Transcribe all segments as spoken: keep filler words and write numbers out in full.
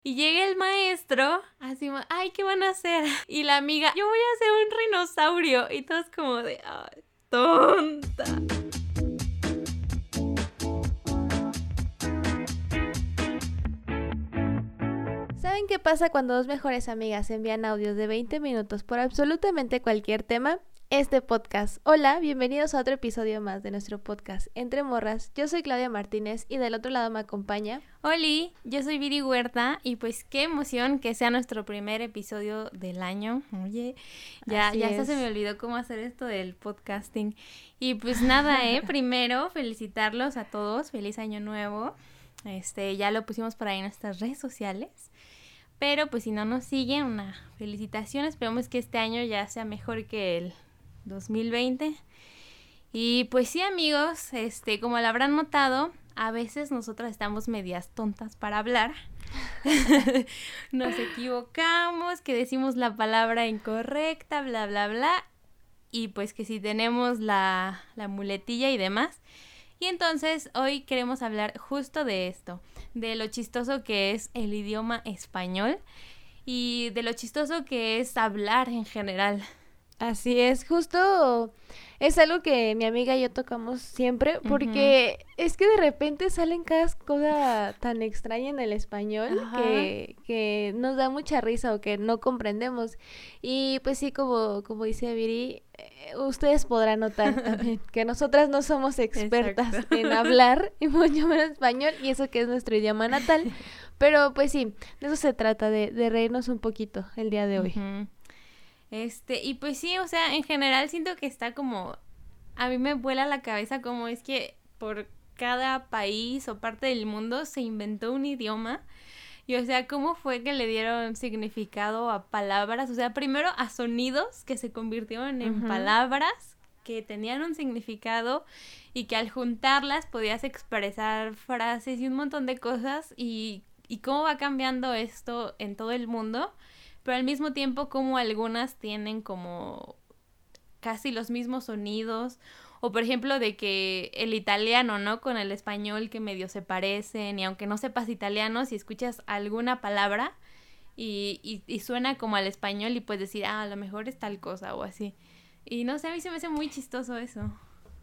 Y llega el maestro, así, ay, ¿qué van a hacer? Y la amiga, yo voy a hacer un rinosaurio. Y todos como de, ay, tonta. ¿Saben qué pasa cuando dos mejores amigas envían audios de veinte minutos por absolutamente cualquier tema? Este podcast. Hola, bienvenidos a otro episodio más de nuestro podcast Entre Morras. Yo soy Claudia Martínez y del otro lado me acompaña... Oli, yo soy Viri Huerta y pues qué emoción que sea nuestro primer episodio del año. Oye, ya, ya hasta se me olvidó cómo hacer esto del podcasting. Y pues nada, eh, primero felicitarlos a todos, feliz año nuevo. Este, ya lo pusimos por ahí en nuestras redes sociales. Pero pues si no nos siguen, una felicitación. Esperemos que este año ya sea mejor que el dos mil veinte. Y pues sí, amigos, este, como lo habrán notado, a veces nosotras estamos medias tontas para hablar. Nos equivocamos, que decimos la palabra incorrecta, bla, bla, bla. Y pues que si tenemos la, la muletilla y demás. Y entonces hoy queremos hablar justo de esto, de lo chistoso que es el idioma español y de lo chistoso que es hablar en general. Así es, justo es algo que mi amiga y yo tocamos siempre porque uh-huh. es que de repente salen cada cosa tan extraña en el español que, que nos da mucha risa o que no comprendemos. Y pues sí, como, como dice Viri, eh, ustedes podrán notar también que nosotras no somos expertas Exacto. en hablar y mucho menos español, y eso que es nuestro idioma natal. Pero pues sí, de eso se trata, de, de reírnos un poquito el día de hoy. Uh-huh. Este, y pues sí, o sea, en general siento que está como, a mí me vuela la cabeza como es que por cada país o parte del mundo se inventó un idioma. Y o sea, ¿cómo fue que le dieron significado a palabras? O sea, primero a sonidos que se convirtieron en uh-huh. palabras que tenían un significado y que al juntarlas podías expresar frases y un montón de cosas. Y, y cómo va cambiando esto en todo el mundo. Pero al mismo tiempo como algunas tienen como casi los mismos sonidos. O por ejemplo de que el italiano, ¿no? Con el español que medio se parecen. Y aunque no sepas italiano, si escuchas alguna palabra y, y, y suena como al español y puedes decir, ah, a lo mejor es tal cosa o así. Y no sé, a mí se me hace muy chistoso eso.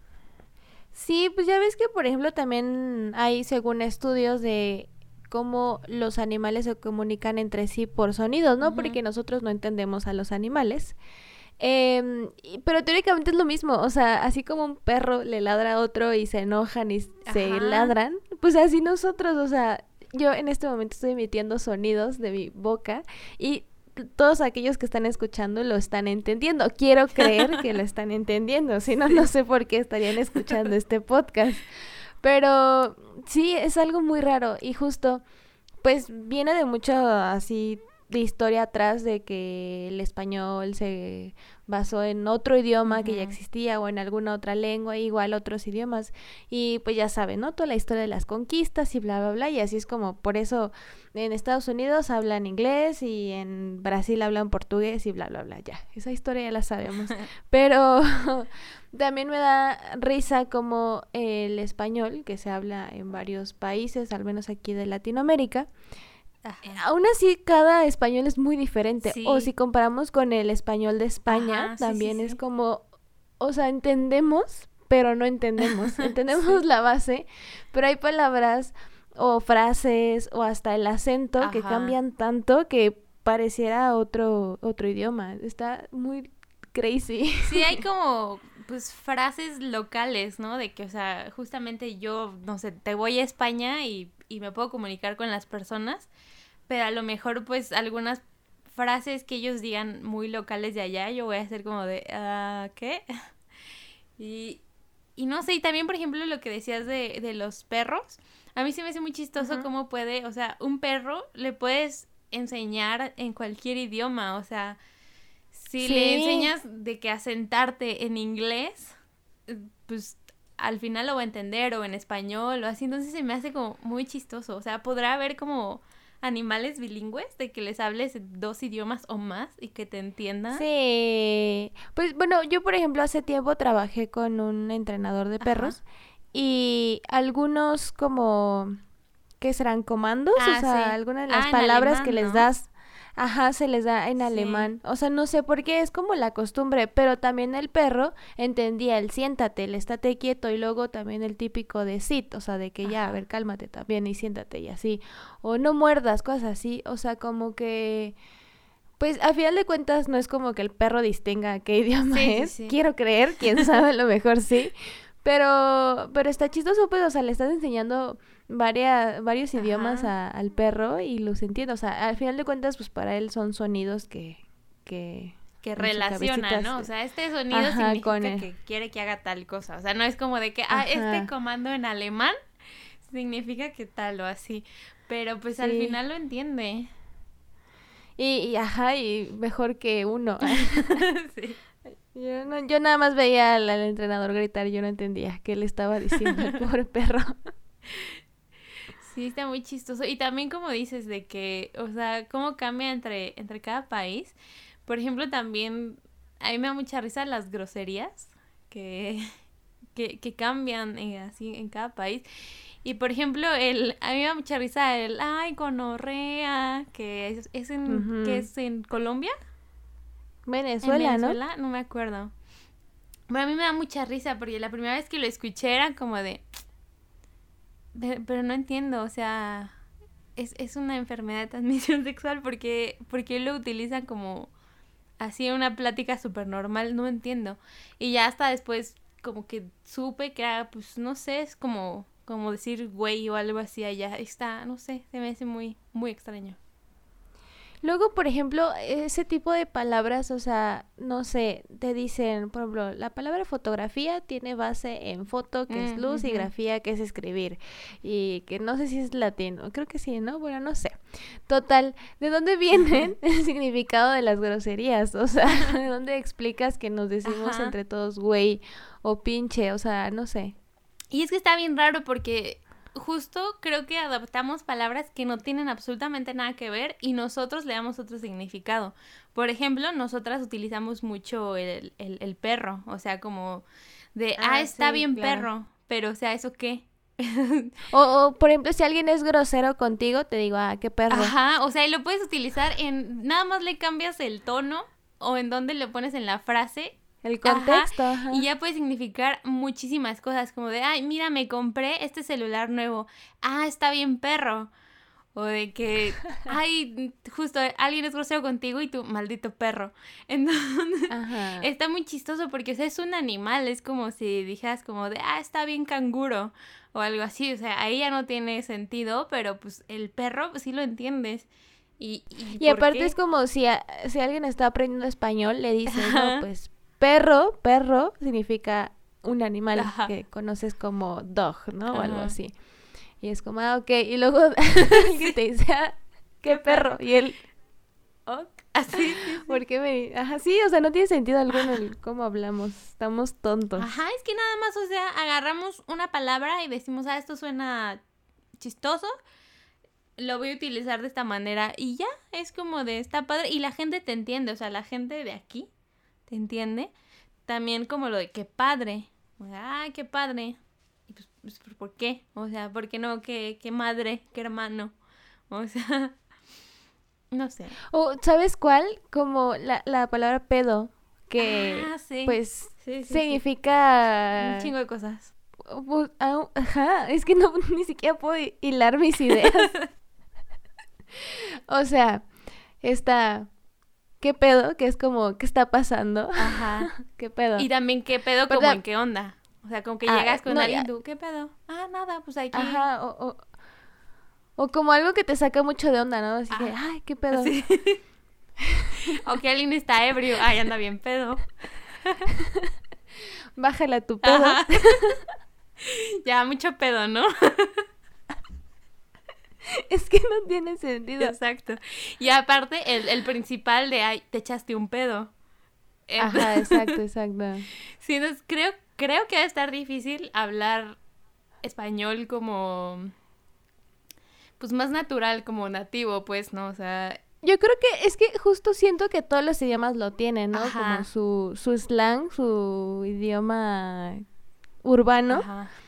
Sí, pues ya ves que por ejemplo también hay según estudios de cómo los animales se comunican entre sí por sonidos, ¿no? Uh-huh. Porque nosotros no entendemos a los animales. Eh, pero teóricamente es lo mismo, o sea, así como un perro le ladra a otro y se enojan y Ajá. se ladran, pues así nosotros, o sea, yo en este momento estoy emitiendo sonidos de mi boca y todos aquellos que están escuchando lo están entendiendo. Quiero creer que lo están entendiendo, si no, no sé por qué estarían escuchando este podcast. Pero sí, es algo muy raro y justo, pues viene de mucho así de historia atrás de que el español se basó en otro idioma uh-huh. que ya existía o en alguna otra lengua, igual otros idiomas. Y pues ya saben, ¿no? Toda la historia de las conquistas y bla, bla, bla. Y así es como, por eso en Estados Unidos hablan inglés y en Brasil hablan portugués y bla, bla, bla. Ya, esa historia ya la sabemos. Pero... también me da risa como el español, que se habla en varios países, al menos aquí de Latinoamérica, Ajá. aún así cada español es muy diferente. Sí. O si comparamos con el español de España, Ajá, también sí, sí, es sí. como, o sea, entendemos, pero no entendemos. Entendemos sí. la base, pero hay palabras o frases o hasta el acento Ajá. que cambian tanto que pareciera otro, otro idioma. Está muy crazy. Sí, hay como pues frases locales, ¿no? De que, o sea, justamente yo, no sé, te voy a España y, y me puedo comunicar con las personas, pero a lo mejor pues algunas frases que ellos digan muy locales de allá, yo voy a hacer como de, uh, ¿qué? Y, y no sé, y también, por ejemplo, lo que decías de, de los perros, a mí se me hace muy chistoso uh-huh. cómo puede, o sea, un perro le puedes enseñar en cualquier idioma, o sea... Si sí. le enseñas de que a sentarte en inglés, pues al final lo va a entender, o en español, o así, entonces se me hace como muy chistoso. O sea, podrá haber como animales bilingües, de que les hables dos idiomas o más y que te entiendan. Sí, pues bueno, yo por ejemplo hace tiempo trabajé con un entrenador de perros Ajá. y algunos como... ¿qué serán? ¿Comandos? Ah, o sea, sí. algunas de las Ah, en palabras alemán, que les ¿no? das, ajá, se les da en Sí. alemán. O sea, no sé por qué, es como la costumbre, pero también el perro entendía el siéntate, el estate quieto, y luego también el típico de sit, o sea, de que ya, a Ajá. ver, cálmate también y siéntate y así. O no muerdas, cosas así. O sea, como que... Pues a final de cuentas no es como que el perro distinga qué idioma Sí, sí, es. sí. Quiero creer, quién sabe, a lo mejor sí. Pero, pero está chistoso, pues, o sea, le estás enseñando varias, varios idiomas Ajá. a- al perro y los entiende. O sea, al final de cuentas, pues para él son sonidos que, que Que en su relaciona, cabecita, ¿no? O se- sea, este sonido ajá, con significa él. que quiere que haga tal cosa. O sea, no es como de que, ah, este Ajá, comando en alemán significa que tal o así. Pero pues al sí. final lo entiende. Y, y ajá, y mejor que uno. Sí. Yo, no, yo nada más veía al, al entrenador gritar y yo no entendía qué le estaba diciendo el pobre perro. Sí, está muy chistoso. Y también como dices de que, o sea, cómo cambia entre, entre cada país. Por ejemplo, también a mí me da mucha risa las groserías que, que, que cambian eh, así en cada país. Y por ejemplo, el, a mí me da mucha risa el, ay, gonorrea, que es, es en, Ujú. que es en Colombia, en Venezuela, ¿no? Venezuela, no me acuerdo. Pero a mí me da mucha risa porque la primera vez que lo escuché era como de, "Pe- pero no entiendo, o sea, es, es una enfermedad de transmisión sexual porque, porque lo utilizan como así en una plática súper normal, no entiendo. Y ya hasta después como que supe que era, pues no sé, es como, como decir güey o algo así allá. Está, no sé, se me hace muy, muy extraño. Luego, por ejemplo, ese tipo de palabras, o sea, no sé, te dicen, por ejemplo, la palabra fotografía tiene base en foto, que es Mm, luz, y ujú. grafía, que es escribir. Y que no sé si es latín, creo que sí, ¿no? Bueno, no sé. Total, ¿de dónde vienen el significado de las groserías? O sea, ¿de dónde explicas que nos decimos Ajá. entre todos güey o pinche? O sea, no sé. Y es que está bien raro porque justo creo que adaptamos palabras que no tienen absolutamente nada que ver y nosotros le damos otro significado. Por ejemplo, nosotras utilizamos mucho el, el, el perro, o sea, como de, ah, Ah, está sí, bien claro. perro, pero o sea, ¿eso qué? O, o, por ejemplo, si alguien es grosero contigo, te digo, ah, qué perro. Ajá, o sea, y lo puedes utilizar en, nada más le cambias el tono o en donde lo pones en la frase. El Ajá, contexto, ajá. y ya puede significar muchísimas cosas, como de, ay, mira, me compré este celular nuevo, ah, está bien perro, o de que, ay, justo alguien es grosero contigo y tú, maldito perro. Entonces, Ajá. está muy chistoso porque, o sea, es un animal, es como si dijeras como de, ah, está bien canguro, o algo así, o sea, ahí ya no tiene sentido, pero pues el perro pues, sí lo entiendes. ¿Y, y, Y por aparte qué? es como si, a- si alguien está aprendiendo español, le dices, no, Ajá, pues perro, perro significa un animal ajá, que conoces como dog, ¿no? O algo ajá. así. Y es como, ah, ok. Y luego alguien te dice, ah, qué ¿Qué perro. perro? Y él, Ok, así, sí, sí. ¿por qué me...? Ajá, sí, o sea, no tiene sentido alguno el cómo hablamos. Estamos tontos. Ajá, es que nada más, o sea, agarramos una palabra y decimos, ah, esto suena chistoso, lo voy a utilizar de esta manera y ya, es como de, está padre y la gente te entiende, o sea, la gente de aquí te entiende, también como lo de qué padre, o sea, ah, qué padre, y pues, pues, ¿por qué? O sea, ¿por qué no? ¿Qué, qué madre? ¿Qué hermano? O sea, no sé. O, ¿sabes cuál? Como la, la palabra pedo, que Ah, sí, pues sí, sí, sí, un significa... chingo de cosas. Pues, au- ajá, es que no ni siquiera puedo hi- hilar mis ideas. O sea, está, ¿qué pedo? Que es como, ¿qué está pasando? Ajá. ¿Qué pedo? Y también qué pedo como ¿Verdad? en qué onda. O sea, como que Ah, llegas con no, alguien ya- tú, ¿qué pedo? Ah, nada, pues aquí. ajá, o, o, o como algo que te saca mucho de onda, ¿no? Así que, Ah, ay, ¿qué pedo? así. O que alguien está ebrio. Ay, anda bien pedo. Bájale a tu pedo. Ajá. Ya, mucho pedo, ¿no? Es que no tiene sentido. Exacto. Y aparte, el, el principal de, ay, te echaste un pedo. Ajá, exacto, exacto. Sí, entonces creo, creo que va a estar difícil hablar español como, pues más natural, como nativo, pues, ¿no? O sea, Yo creo que es que justo siento que todos los idiomas lo tienen, ¿no? ajá, Como su, su slang, su idioma urbano. ajá.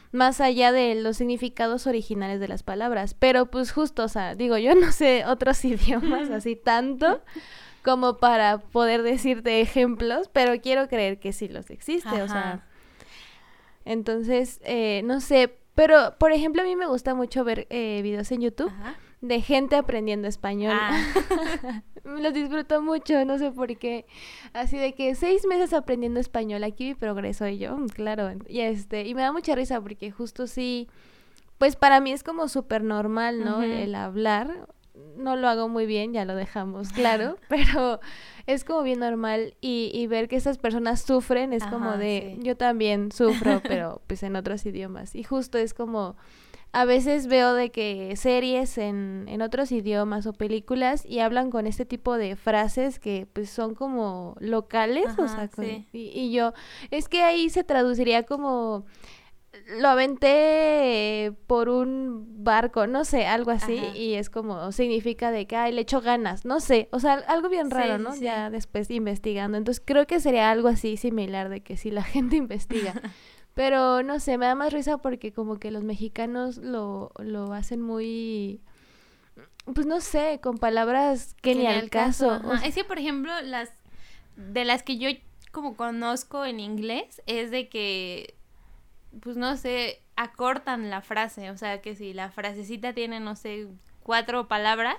más allá de los significados originales de las palabras. Pero pues justo, o sea, digo, yo no sé otros idiomas así tanto como para poder decirte ejemplos, pero quiero creer que sí los existe, Ajá. o sea. Entonces, eh, no sé, pero por ejemplo a mí me gusta mucho ver eh, videos en YouTube Ajá. de gente aprendiendo español. Ah. Los disfruto mucho, no sé por qué. Así de que seis meses aprendiendo español, aquí mi progreso y yo, claro. Y este, y me da mucha risa porque justo sí, pues para mí es como súper normal, ¿no? Uh-huh. el, el hablar. No lo hago muy bien, ya lo dejamos claro, pero es como bien normal y, y ver que esas personas sufren es Ajá, como de, sí. yo también sufro, pero pues en otros idiomas. Y justo es como... A veces veo de que series en, en otros idiomas o películas y hablan con este tipo de frases que pues son como locales, Ajá, o sea, con, sí. y, y yo, es que ahí se traduciría como lo aventé por un barco, no sé, algo así, Ajá. y es como, significa de que, ay, le echo ganas, no sé, o sea, algo bien raro, sí, ¿no? Sí. Ya después investigando, entonces creo que sería algo así similar de que si la gente investiga. Pero no sé, me da más risa porque como que los mexicanos lo, lo hacen muy, pues no sé, con palabras que, que ni al caso. caso. Es que, por ejemplo, las de las que yo como conozco en inglés es de que, pues no sé, acortan la frase. O sea, que si la frasecita tiene, no sé, cuatro palabras,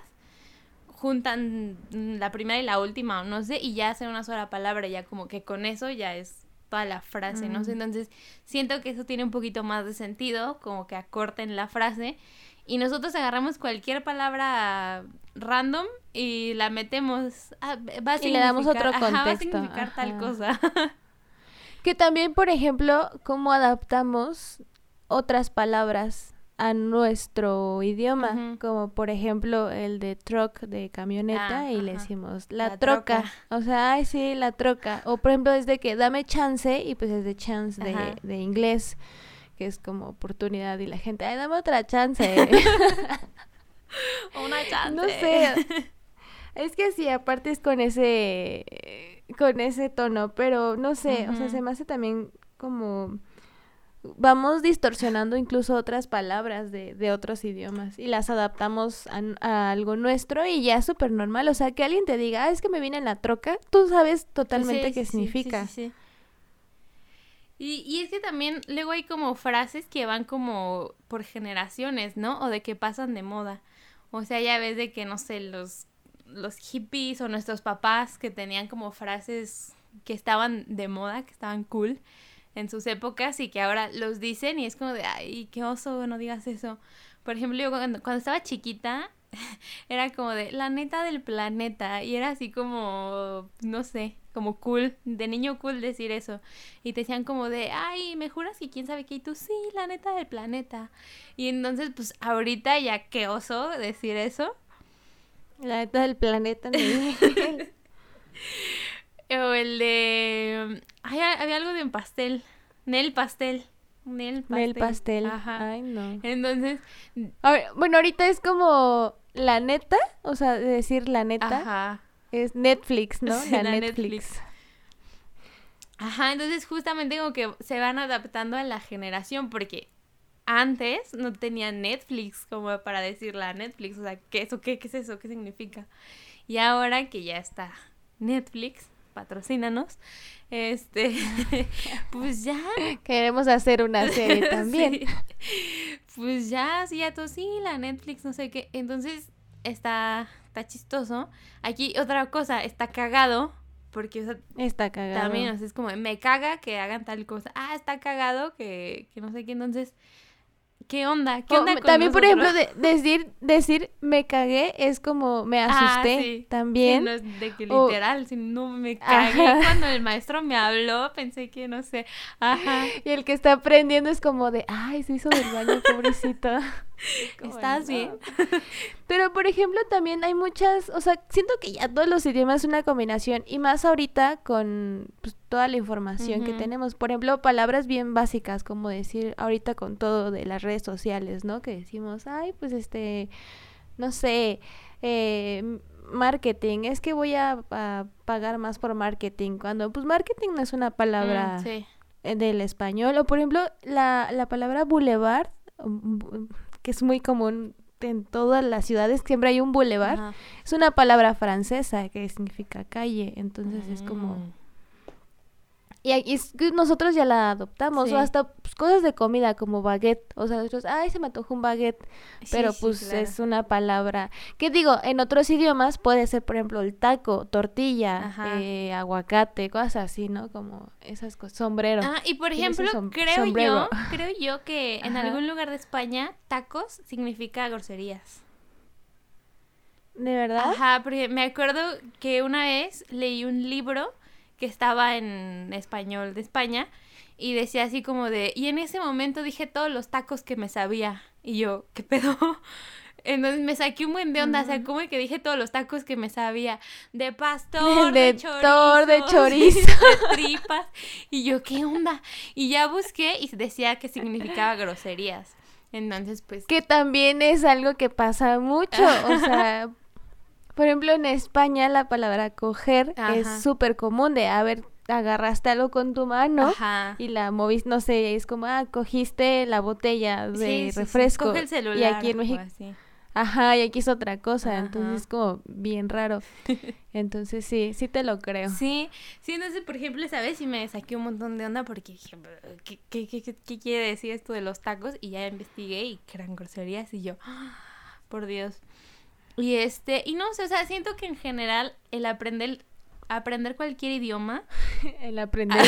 juntan la primera y la última, o no sé, y ya hacen una sola palabra. Ya como que con eso ya es toda la frase, mm. ¿no? Entonces, siento que eso tiene un poquito más de sentido, como que acorten la frase, y nosotros agarramos cualquier palabra random y la metemos, ah, va a y le damos otro contexto. Ajá, va a significar Ajá. tal cosa. Que también, por ejemplo, cómo adaptamos otras palabras a nuestro idioma, uh-huh. como por ejemplo el de truck, de camioneta, ah, y ajá. le decimos la, la troca. troca, o sea, ay sí, la troca, o por ejemplo es de que dame chance, y pues es de chance de, de inglés, que es como oportunidad, y la gente, ay, dame otra chance. Una chance. No sé, es que sí, aparte es con ese, con ese tono, pero no sé, uh-huh. o sea, se me hace también como... Vamos distorsionando incluso otras palabras de, de otros idiomas y las adaptamos a, a algo nuestro y ya es súper normal. O sea, que alguien te diga, ah, es que me vine en la troca, tú sabes totalmente sí, qué sí, significa. Sí, sí, sí. Y, y es que también luego hay como frases que van como por generaciones, ¿no? O de que pasan de moda. O sea, ya ves de que, no sé, los, los hippies o nuestros papás que tenían como frases que estaban de moda, que estaban cool en sus épocas y que ahora los dicen y es como de, ay, qué oso, no digas eso. Por ejemplo, yo cuando, cuando estaba chiquita era como de, la neta del planeta, y era así como, no sé, como cool, de niño cool decir eso. Y te decían como de, ay, ¿me juras que quién sabe qué? Y tú, sí, la neta del planeta. Y entonces, pues, ahorita ya qué oso decir eso. La neta del planeta, ¿no? O el de... Ay, había algo de un pastel. Nel pastel. Nel pastel. Nel pastel. Ajá. Ay, no. Entonces... A ver, bueno, ahorita es como la neta. O sea, decir la neta. Ajá. Es Netflix, ¿no? Sí, la, la Netflix. Netflix. Ajá, entonces justamente como que se van adaptando a la generación. Porque antes no tenía Netflix como para decir la Netflix. O sea, ¿qué, eso, qué, ¿qué es eso? ¿Qué significa? Y ahora que ya está Netflix... patrocínanos, este, pues ya. Queremos hacer una serie también. Sí. Pues ya, sí, ya todo, sí, la Netflix, no sé qué. Entonces, está, está chistoso. Aquí, otra cosa, está cagado, porque, o sea, está cagado. También, o sea, es como, me caga que hagan tal cosa. Ah, está cagado que, que no sé qué, entonces... ¿Qué onda? ¿Qué onda oh, con También, nosotros? por ejemplo, de, decir decir me cagué es como me asusté. Ah, sí. También. Sí, no es de que literal, oh. si no me cagué. Ajá. Cuando el maestro me habló, pensé que no sé. Ajá. Y el que está aprendiendo es como de, ay, se hizo del baño, pobrecito. ¿Estás no? bien? Pero, por ejemplo, también hay muchas, o sea, siento que ya todos los idiomas es una combinación, y más ahorita con pues, toda la información uh-huh. que tenemos. Por ejemplo, palabras bien básicas, como decir ahorita con todo de las redes sociales, ¿no? Que decimos, ay, pues este, no sé, eh, marketing, es que voy a, a pagar más por marketing, cuando pues marketing no es una palabra... Mm, sí. del español. O por ejemplo, la, la palabra boulevard, que es muy común en todas las ciudades, siempre hay un boulevard. Ajá. Es una palabra francesa que significa calle, entonces mm. es como... Y aquí es que nosotros ya la adoptamos, sí. O hasta pues, cosas de comida como baguette, o sea, nosotros, ay, se me antojó un baguette, sí, pero pues sí, claro. Es una palabra, que digo, en otros idiomas puede ser, por ejemplo, el taco, tortilla, eh, aguacate, cosas así, ¿no? Como esas cosas, sombrero. Ah, y por ejemplo, som- creo sombrero. yo, creo yo que en Ajá. algún lugar de España, tacos significa groserías. ¿De verdad? Ajá, porque me acuerdo que una vez leí un libro que estaba en español de España y decía así como de, y en ese momento dije todos los tacos que me sabía, y yo, ¿qué pedo? Entonces me saqué un buen de onda, uh-huh. O sea, como que dije todos los tacos que me sabía, de pastor, de, de chorizo, de chorizo, de tripas, y yo, ¿qué onda? Y ya busqué y decía que significaba groserías, entonces pues... Que también es algo que pasa mucho, o sea... Por ejemplo, en España la palabra coger Ajá. es súper común de, a ver, agarraste algo con tu mano Ajá. y la moviste, no sé, es como, ah, cogiste la botella de sí, refresco. Sí, sí. Coge el celular. Y aquí en México, ajá, y aquí es otra cosa, Ajá. entonces es como bien raro. Entonces sí, sí te lo creo. Sí, sí, entonces, por ejemplo, esa vez sí me saqué un montón de onda porque dije, ¿qué, qué, qué, qué, qué quiere decir esto de los tacos? Y ya investigué y que eran groserías y yo, ¡oh, por Dios! Y este, y no sé, o sea, siento que en general el aprender, aprender cualquier idioma. El aprender.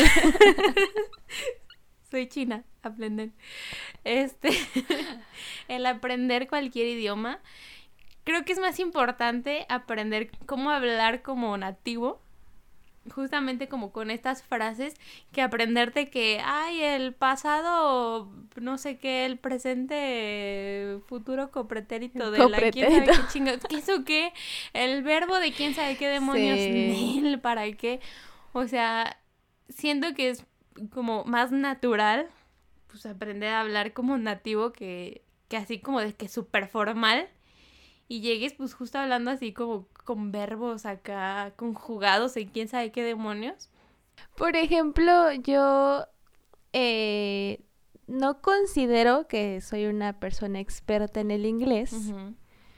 Soy china, aprender. Este, el aprender cualquier idioma, creo que es más importante aprender cómo hablar como nativo. Justamente como con estas frases, que aprenderte que, ay, el pasado, no sé qué, el presente, futuro copretérito de copretérito. la quién sabe qué chingados, ¿qué eso qué? El verbo de quién sabe qué demonios, sí. Nel, ¿para qué? O sea, siento que es como más natural, pues aprender a hablar como nativo que, que así como de que súper formal. Y llegues pues justo hablando así como con verbos acá conjugados en quién sabe qué demonios. Por ejemplo, yo eh, no considero que soy una persona experta en el inglés, uh-huh.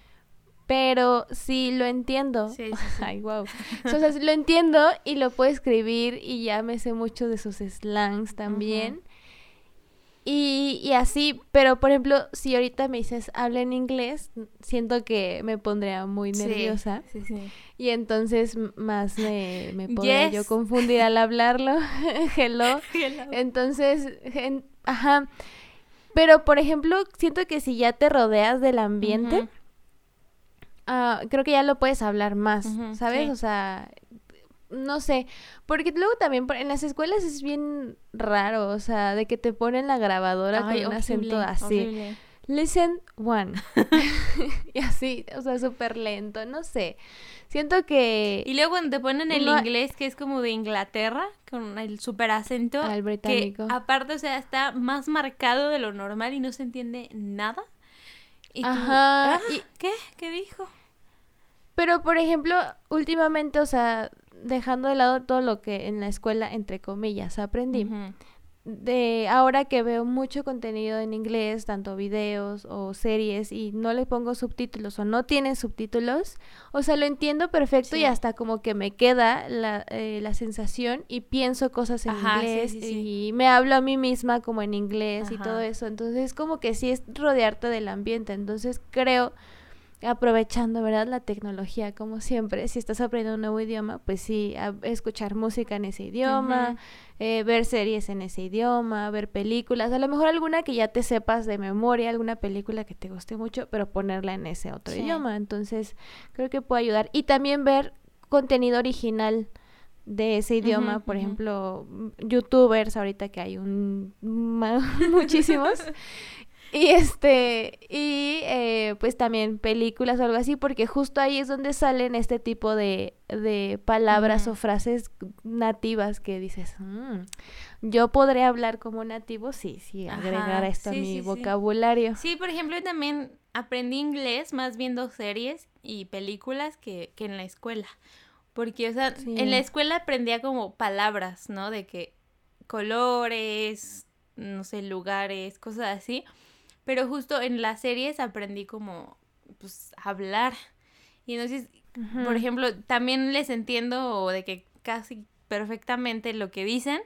pero sí lo entiendo. Sí, sí, sí. Ay, wow. O sea, sí lo entiendo y lo puedo escribir y ya me sé mucho de sus slangs también. Uh-huh. Y, y así, pero por ejemplo, si ahorita me dices habla en inglés, siento que me pondría muy nerviosa. Sí, sí, sí. Y entonces más me, me podría yes. yo confundir al hablarlo. Hello. Hello. Entonces, en, ajá. Pero por ejemplo, siento que si ya te rodeas del ambiente, uh-huh. uh, creo que ya lo puedes hablar más, uh-huh, ¿sabes? Sí. O sea... No sé, porque luego también en las escuelas es bien raro, o sea, de que te ponen la grabadora Ay, con horrible, un acento así. Horrible. Listen one. Y así, o sea, súper lento, no sé. Siento que... Y luego cuando te ponen el no... inglés, que es como de Inglaterra, con el súper acento. Al británico. Que aparte, o sea, está más marcado de lo normal y no se entiende nada. Y tú, Ajá. ¿ah? ¿Y qué? ¿Qué dijo? Pero, por ejemplo, últimamente, o sea... dejando de lado todo lo que en la escuela, entre comillas, aprendí. Uh-huh. De ahora que veo mucho contenido en inglés, tanto videos o series, y no le pongo subtítulos o no tienen subtítulos, o sea, lo entiendo perfecto sí. Y hasta como que me queda la, eh, la sensación y pienso cosas en Ajá, inglés sí, sí, sí. Y me hablo a mí misma como en inglés Ajá. Y todo eso. Entonces, como que sí es rodearte del ambiente. Entonces, creo... aprovechando, ¿verdad? La tecnología, como siempre, si estás aprendiendo un nuevo idioma, pues sí, a, escuchar música en ese idioma, uh-huh. eh, ver series en ese idioma, ver películas, a lo mejor alguna que ya te sepas de memoria, alguna película que te guste mucho, pero ponerla en ese otro sí. idioma, entonces creo que puede ayudar, y también ver contenido original de ese idioma, uh-huh, por uh-huh. ejemplo, youtubers, ahorita que hay un muchísimos, Y este, y eh, pues también películas o algo así, porque justo ahí es donde salen este tipo de, de palabras uh-huh. o frases nativas que dices, mmm, yo podré hablar como nativo, sí, sí, agregar Ajá, esto sí, a mi sí, vocabulario. Sí. sí, por ejemplo, yo también aprendí inglés más viendo series y películas que, que en la escuela, porque, o sea, sí. en la escuela aprendía como palabras, ¿no? De que colores, no sé, lugares, cosas así. Pero justo en las series aprendí como, pues, a hablar. Y entonces, uh-huh. por ejemplo, también les entiendo de que casi perfectamente lo que dicen,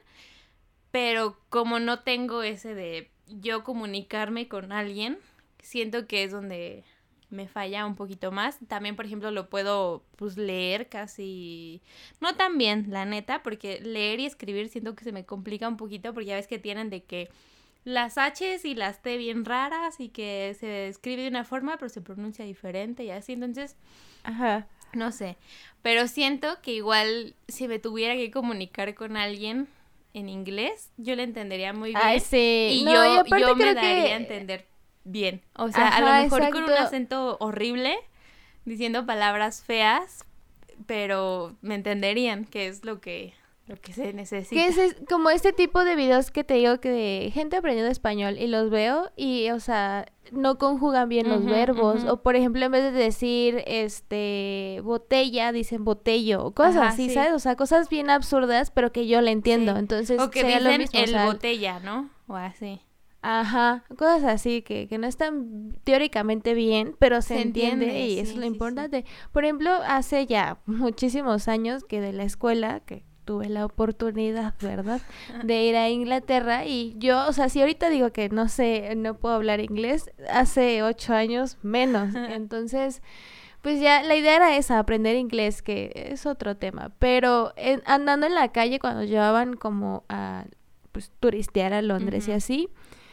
pero como no tengo ese de yo comunicarme con alguien, siento que es donde me falla un poquito más. También, por ejemplo, lo puedo pues leer casi, no tan bien, la neta, porque leer y escribir siento que se me complica un poquito, porque ya ves que tienen de que las H's y las T bien raras y que se escribe de una forma pero se pronuncia diferente y así, entonces, ajá, no sé, pero siento que igual si me tuviera que comunicar con alguien en inglés, yo le entendería muy bien. Ay, sí. Y no, yo, y yo me que... daría a entender bien. O sea, ajá, a lo mejor exacto. con un acento horrible, diciendo palabras feas, pero me entenderían, que es lo que, lo que se necesita. Que es, es como este tipo de videos que te digo que de gente aprendiendo español y los veo y, o sea, no conjugan bien uh-huh, los verbos. Uh-huh. O, por ejemplo, en vez de decir, este, botella, dicen botello. O cosas Ajá, así, sí. ¿sabes? O sea, cosas bien absurdas, pero que yo le entiendo. Sí. Entonces, o que sería dicen lo mismo, el o sea, botella, ¿no? O así. Ajá, cosas así que, que no están teóricamente bien, pero se, se entiende, entiende y sí, eso es lo sí, importante. Sí. Por ejemplo, hace ya muchísimos años que de la escuela, que tuve la oportunidad, ¿verdad?, de ir a Inglaterra y yo, o sea, si ahorita digo que no sé, no puedo hablar inglés, hace ocho años menos, entonces, pues ya la idea era esa, aprender inglés, que es otro tema, pero en, andando en la calle cuando llevaban como a, pues, turistear a Londres uh-huh. y así,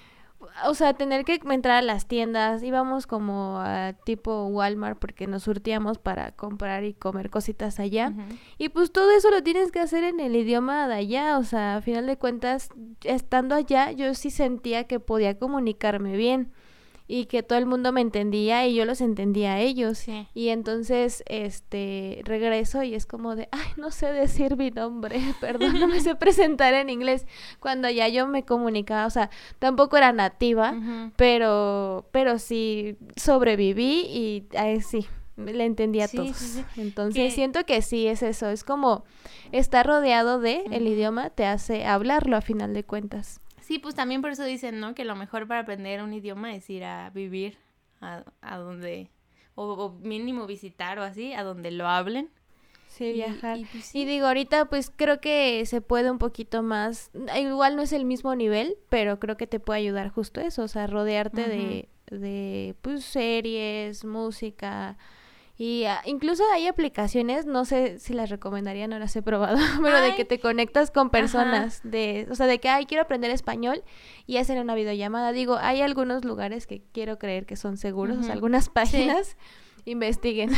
o sea, tener que entrar a las tiendas, íbamos como a tipo Walmart porque nos surtíamos para comprar y comer cositas allá. Uh-huh. Y pues todo eso lo tienes que hacer en el idioma de allá, o sea, a final de cuentas, estando allá, yo sí sentía que podía comunicarme bien y que todo el mundo me entendía y yo los entendía a ellos. Sí. Y entonces, este, regreso y es como de, ay, no sé decir mi nombre, perdón, no me sé presentar en inglés. Cuando ya yo me comunicaba, o sea, tampoco era nativa, uh-huh. pero, pero sí sobreviví y ahí sí, le entendí a sí, todos. Sí, sí. Entonces, ¿Qué? siento que sí es eso, es como estar rodeado de uh-huh. el idioma te hace hablarlo a final de cuentas. Sí, pues también por eso dicen, ¿no? Que lo mejor para aprender un idioma es ir a vivir a, a donde, o, o mínimo visitar o así, a donde lo hablen. Sí, viajar. Y, y, pues, sí. y digo, ahorita pues creo que se puede un poquito más, igual no es el mismo nivel, pero creo que te puede ayudar justo eso, o sea, rodearte uh-huh. de, de pues series, música. Y uh, incluso hay aplicaciones, no sé si las recomendaría, no las he probado, pero Ay. de que te conectas con personas, Ajá. de, o sea, de que, ay, quiero aprender español y hacen una videollamada. Digo, hay algunos lugares que quiero creer que son seguros, uh-huh. o sea, algunas páginas, sí. investiguen.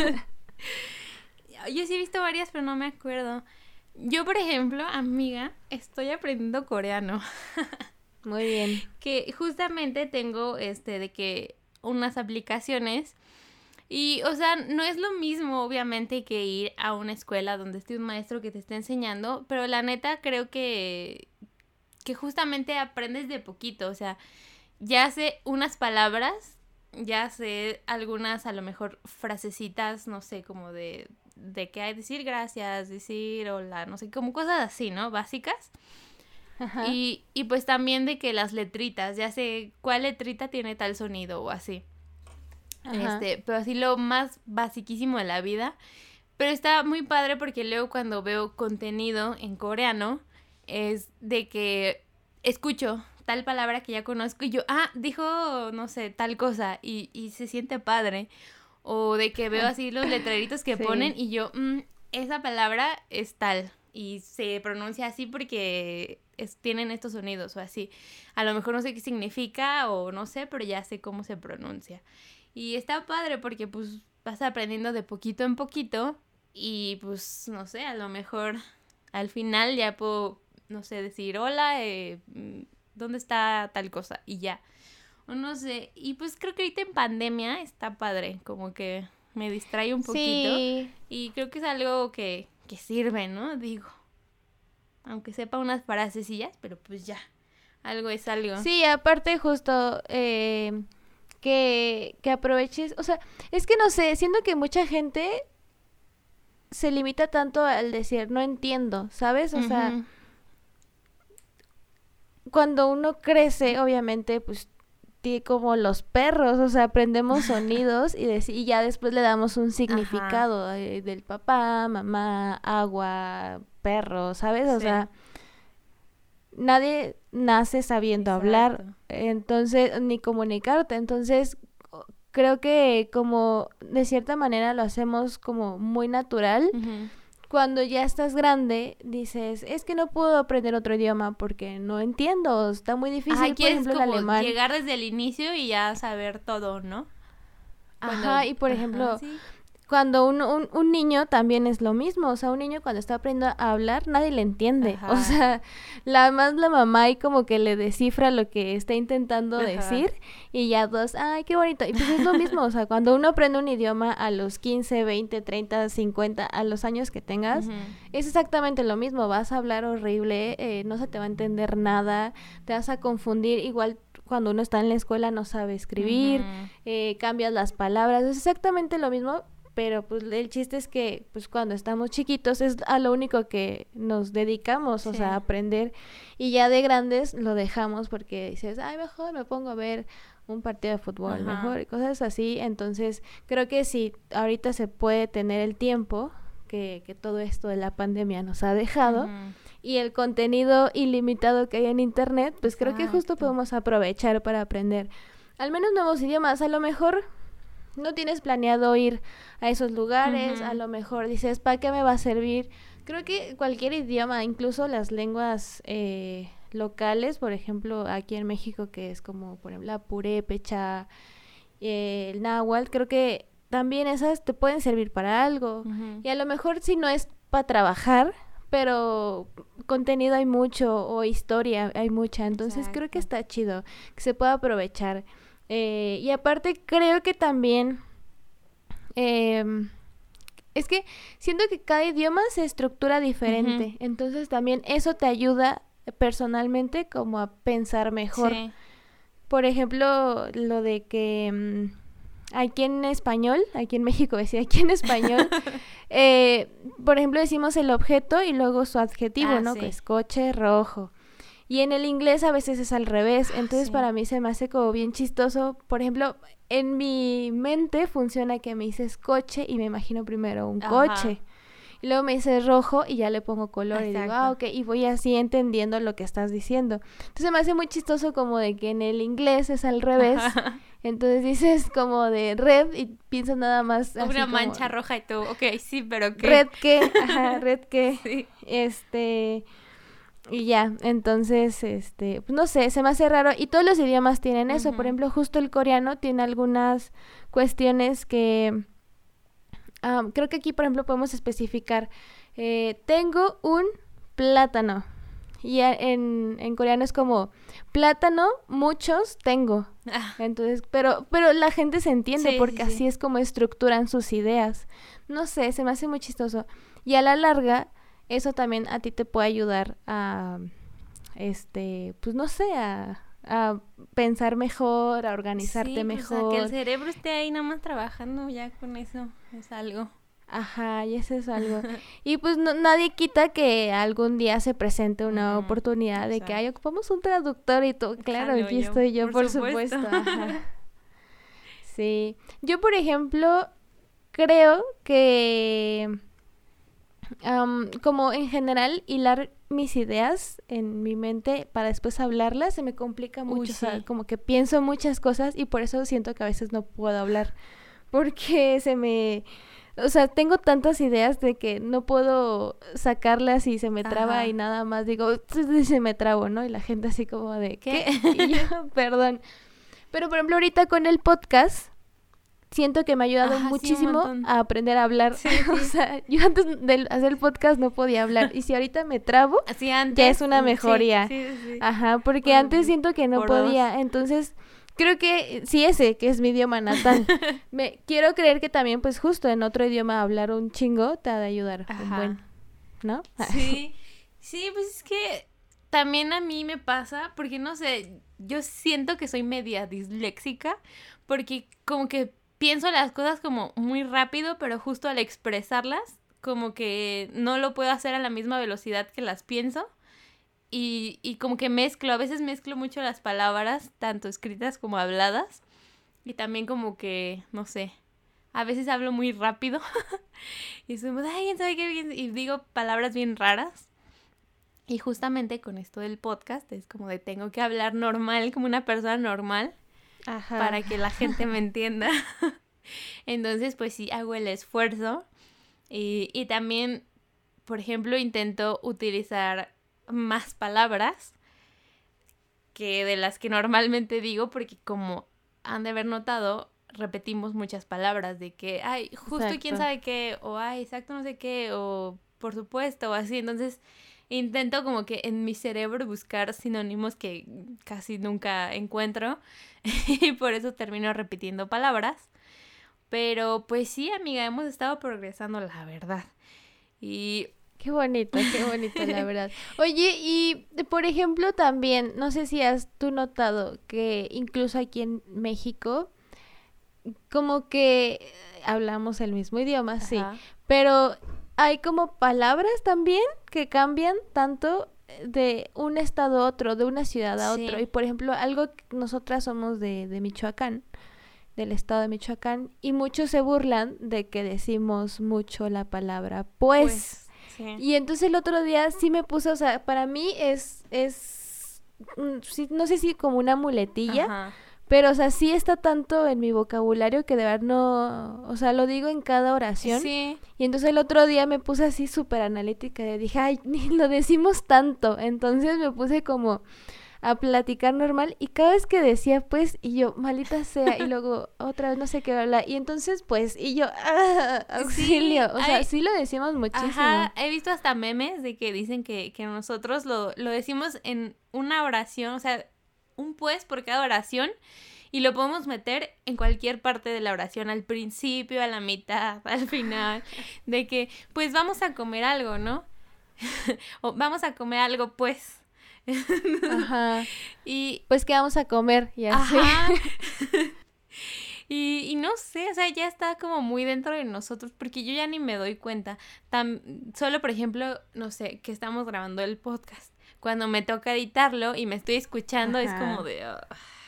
Yo sí he visto varias, pero no me acuerdo. Yo, por ejemplo, amiga, estoy aprendiendo coreano. Muy bien. Que justamente tengo, este, de que unas aplicaciones... Y, o sea, no es lo mismo, obviamente, que ir a una escuela donde esté un maestro que te esté enseñando, pero la neta creo que, que justamente aprendes de poquito, o sea, ya sé unas palabras, ya sé algunas, a lo mejor, frasecitas, no sé, como de, de qué hay, decir gracias, decir hola, no sé, como cosas así, ¿no? Básicas. Ajá. Y, y pues también de que las letritas, ya sé cuál letrita tiene tal sonido o así. Ajá. Este, pero así lo más basiquísimo de la vida. Pero está muy padre porque luego cuando veo contenido en coreano es de que escucho tal palabra que ya conozco y yo, ah, dijo, no sé, tal cosa y, y se siente padre. O de que veo así los letreritos que sí. ponen y yo, mm, esa palabra es tal y se pronuncia así porque es, tienen estos sonidos o así. A lo mejor no sé qué significa o no sé, pero ya sé cómo se pronuncia. Y está padre porque pues vas aprendiendo de poquito en poquito y pues no sé, a lo mejor al final ya puedo, no sé, decir hola, eh, ¿dónde está tal cosa? Y ya, o no sé, y pues creo que ahorita en pandemia está padre, como que me distrae un poquito sí. y creo que es algo que, que sirve, ¿no? Digo, aunque sepa unas frasecillas, pero pues ya, algo es algo. Sí, aparte justo... Eh... Que, que aproveches, o sea, es que no sé, siento que mucha gente se limita tanto al decir, no entiendo, ¿sabes? O uh-huh. sea, cuando uno crece, obviamente, pues como los perros, o sea, aprendemos sonidos y, de, y ya después le damos un significado eh, del papá, mamá, agua, perro, ¿sabes? O sí. sea, nadie nace sabiendo Exacto. hablar, entonces, ni comunicarte, entonces creo que como de cierta manera lo hacemos como muy natural. Uh-huh. Cuando ya estás grande, dices, es que no puedo aprender otro idioma porque no entiendo, está muy difícil, Ajá, por ejemplo, el alemán. Llegar desde el inicio y ya saber todo, ¿no? Ajá, cuando... y por Ajá, ejemplo, sí. cuando un, un, un niño también es lo mismo, o sea, un niño cuando está aprendiendo a hablar, nadie le entiende, Ajá. o sea, la más la mamá ahí como que le descifra lo que está intentando Ajá. decir, y ya dos, ay, qué bonito, y pues es lo mismo, o sea, cuando uno aprende un idioma a los quince, veinte, treinta, cincuenta, a los años que tengas, uh-huh. es exactamente lo mismo, vas a hablar horrible, eh, no se te va a entender nada, te vas a confundir, igual cuando uno está en la escuela no sabe escribir, uh-huh. eh, cambias las palabras, es exactamente lo mismo, pero pues el chiste es que pues cuando estamos chiquitos es a lo único que nos dedicamos, sí. o sea, a aprender, y ya de grandes lo dejamos porque dices, ay, mejor me pongo a ver un partido de fútbol, Ajá. mejor, y cosas así, entonces creo que si ahorita se puede tener el tiempo que, que todo esto de la pandemia nos ha dejado, uh-huh. y el contenido ilimitado que hay en internet, pues Exacto. creo que justo podemos aprovechar para aprender al menos nuevos idiomas, a lo mejor no tienes planeado ir a esos lugares, uh-huh. a lo mejor dices, ¿para qué me va a servir? Creo que cualquier idioma, incluso las lenguas eh, locales, por ejemplo, aquí en México, que es como, por ejemplo, la purépecha, eh, el náhuatl, creo que también esas te pueden servir para algo. Uh-huh. Y a lo mejor si no es para trabajar, pero contenido hay mucho, o historia hay mucha, entonces Exacto. creo que está chido, que se pueda aprovechar. Eh, y aparte creo que también eh, es que siento que cada idioma se estructura diferente, uh-huh. entonces también eso te ayuda personalmente como a pensar mejor. Sí. Por ejemplo, lo de que um, aquí en español, aquí en México decía aquí en español, eh, por ejemplo decimos el objeto y luego su adjetivo, ah, ¿no? Sí. Que es coche rojo. Y en el inglés a veces es al revés, entonces sí. para mí se me hace como bien chistoso. Por ejemplo, en mi mente funciona que me dices coche y me imagino primero un Ajá. coche. Y luego me dices rojo y ya le pongo color Exacto. y digo, ah, ok, y voy así entendiendo lo que estás diciendo. Entonces me hace muy chistoso como de que en el inglés es al revés. Ajá. Entonces dices como de red y piensas nada más Una así mancha como, roja y tú, ok, sí, pero ¿qué? Red qué, ajá, red qué. Sí. Este... Y ya, entonces, este, pues no sé, se me hace raro. Y todos los idiomas tienen eso. Uh-huh. Por ejemplo, justo el coreano tiene algunas cuestiones que... Um, creo que aquí, por ejemplo, podemos especificar. Eh, tengo un plátano. Y a, en, en coreano es como, plátano, muchos tengo. Ah. Entonces, pero, pero la gente se entiende sí, porque sí, así sí. es como estructuran sus ideas. No sé, se me hace muy chistoso. Y a la larga... eso también a ti te puede ayudar a, este, pues no sé, a, a pensar mejor, a organizarte sí, mejor. O sea, que el cerebro esté ahí nada más trabajando, ya con eso es algo. Ajá, y eso es algo. Y pues no, nadie quita que algún día se presente una mm, oportunidad de que, ay, ocupamos un traductor y todo. Claro, Jalo, aquí yo, estoy yo, por, por supuesto. supuesto. Ajá. Sí. Yo, por ejemplo, creo que... Um, como en general hilar mis ideas en mi mente para después hablarlas se me complica mucho. Uy, sí. O sea, como que pienso muchas cosas y por eso siento que a veces no puedo hablar porque se me, o sea, tengo tantas ideas de que no puedo sacarlas y se me traba. Ajá. Y nada más digo, se me trabo, ¿no? Y la gente así como de ¿qué? ¿Qué? Y yo, perdón, pero por ejemplo ahorita con el podcast siento que me ha ayudado Ajá, muchísimo sí, a aprender a hablar. Sí, sí. O sea, yo antes de hacer el podcast no podía hablar. Y si ahorita me trabo, Así antes, ya es una mejoría. Sí, sí, sí. Ajá, porque por, antes siento que no podía. Dos. Entonces, creo que sí ese, que es mi idioma natal. me Quiero creer que también, pues justo en otro idioma hablar un chingo te ha de ayudar. Ajá. Un buen, ¿no? Sí, sí, pues es que también a mí me pasa, porque no sé, yo siento que soy media disléxica, porque como que pienso las cosas como muy rápido, pero justo al expresarlas, como que no lo puedo hacer a la misma velocidad que las pienso. y, y como que mezclo, a veces mezclo mucho las palabras, tanto escritas como habladas. Y también como que, no sé, a veces hablo muy rápido. Y somos, ay, ¿quién sabe qué? Y digo palabras bien raras. Y justamente con esto del podcast es como de tengo que hablar normal, como una persona normal. Ajá. Para que la gente me entienda. Entonces, pues sí, hago el esfuerzo. Y, y también, por ejemplo, intento utilizar más palabras que de las que normalmente digo, porque como han de haber notado, repetimos muchas palabras de que, ay, justo exacto. Quién sabe qué, o ay, exacto no sé qué, o por supuesto, o así. Entonces intento como que en mi cerebro buscar sinónimos que casi nunca encuentro y por eso termino repitiendo palabras. Pero pues sí, amiga, hemos estado progresando, la verdad. Y qué bonito, qué bonito, la verdad. Oye, y por ejemplo también, no sé si has tú notado que incluso aquí en México, como que hablamos el mismo idioma, ajá. Sí, pero hay como palabras también que cambian tanto de un estado a otro, de una ciudad a sí. otro. Y por ejemplo, algo que nosotras somos de, de Michoacán, del estado de Michoacán, y muchos se burlan de que decimos mucho la palabra pues. pues sí. Y entonces el otro día sí me puse, o sea, para mí es, es sí, no sé si como una muletilla, ajá. Pero, o sea, sí está tanto en mi vocabulario que de verdad no, o sea, lo digo en cada oración. Sí. Y entonces el otro día me puse así súper analítica y dije, ay, ni lo decimos tanto. Entonces me puse como a platicar normal y cada vez que decía pues, y yo, maldita sea, y luego otra vez no sé qué hablar. Y entonces pues, y yo, ¡ah, auxilio! Sí, o sea, hay, sí lo decimos muchísimo. Ajá, he visto hasta memes de que dicen que, que nosotros lo, lo decimos en una oración, o sea, un pues por cada oración y lo podemos meter en cualquier parte de la oración, al principio, a la mitad, al final, de que pues vamos a comer algo, ¿no? O vamos a comer algo pues. Ajá. Y pues que vamos a comer y así. Ajá. y, y no sé, o sea, ya está como muy dentro de nosotros porque yo ya ni me doy cuenta. Tan, solo por ejemplo, no sé, que estamos grabando el podcast. Cuando me toca editarlo y me estoy escuchando, ajá. Es como de... Oh,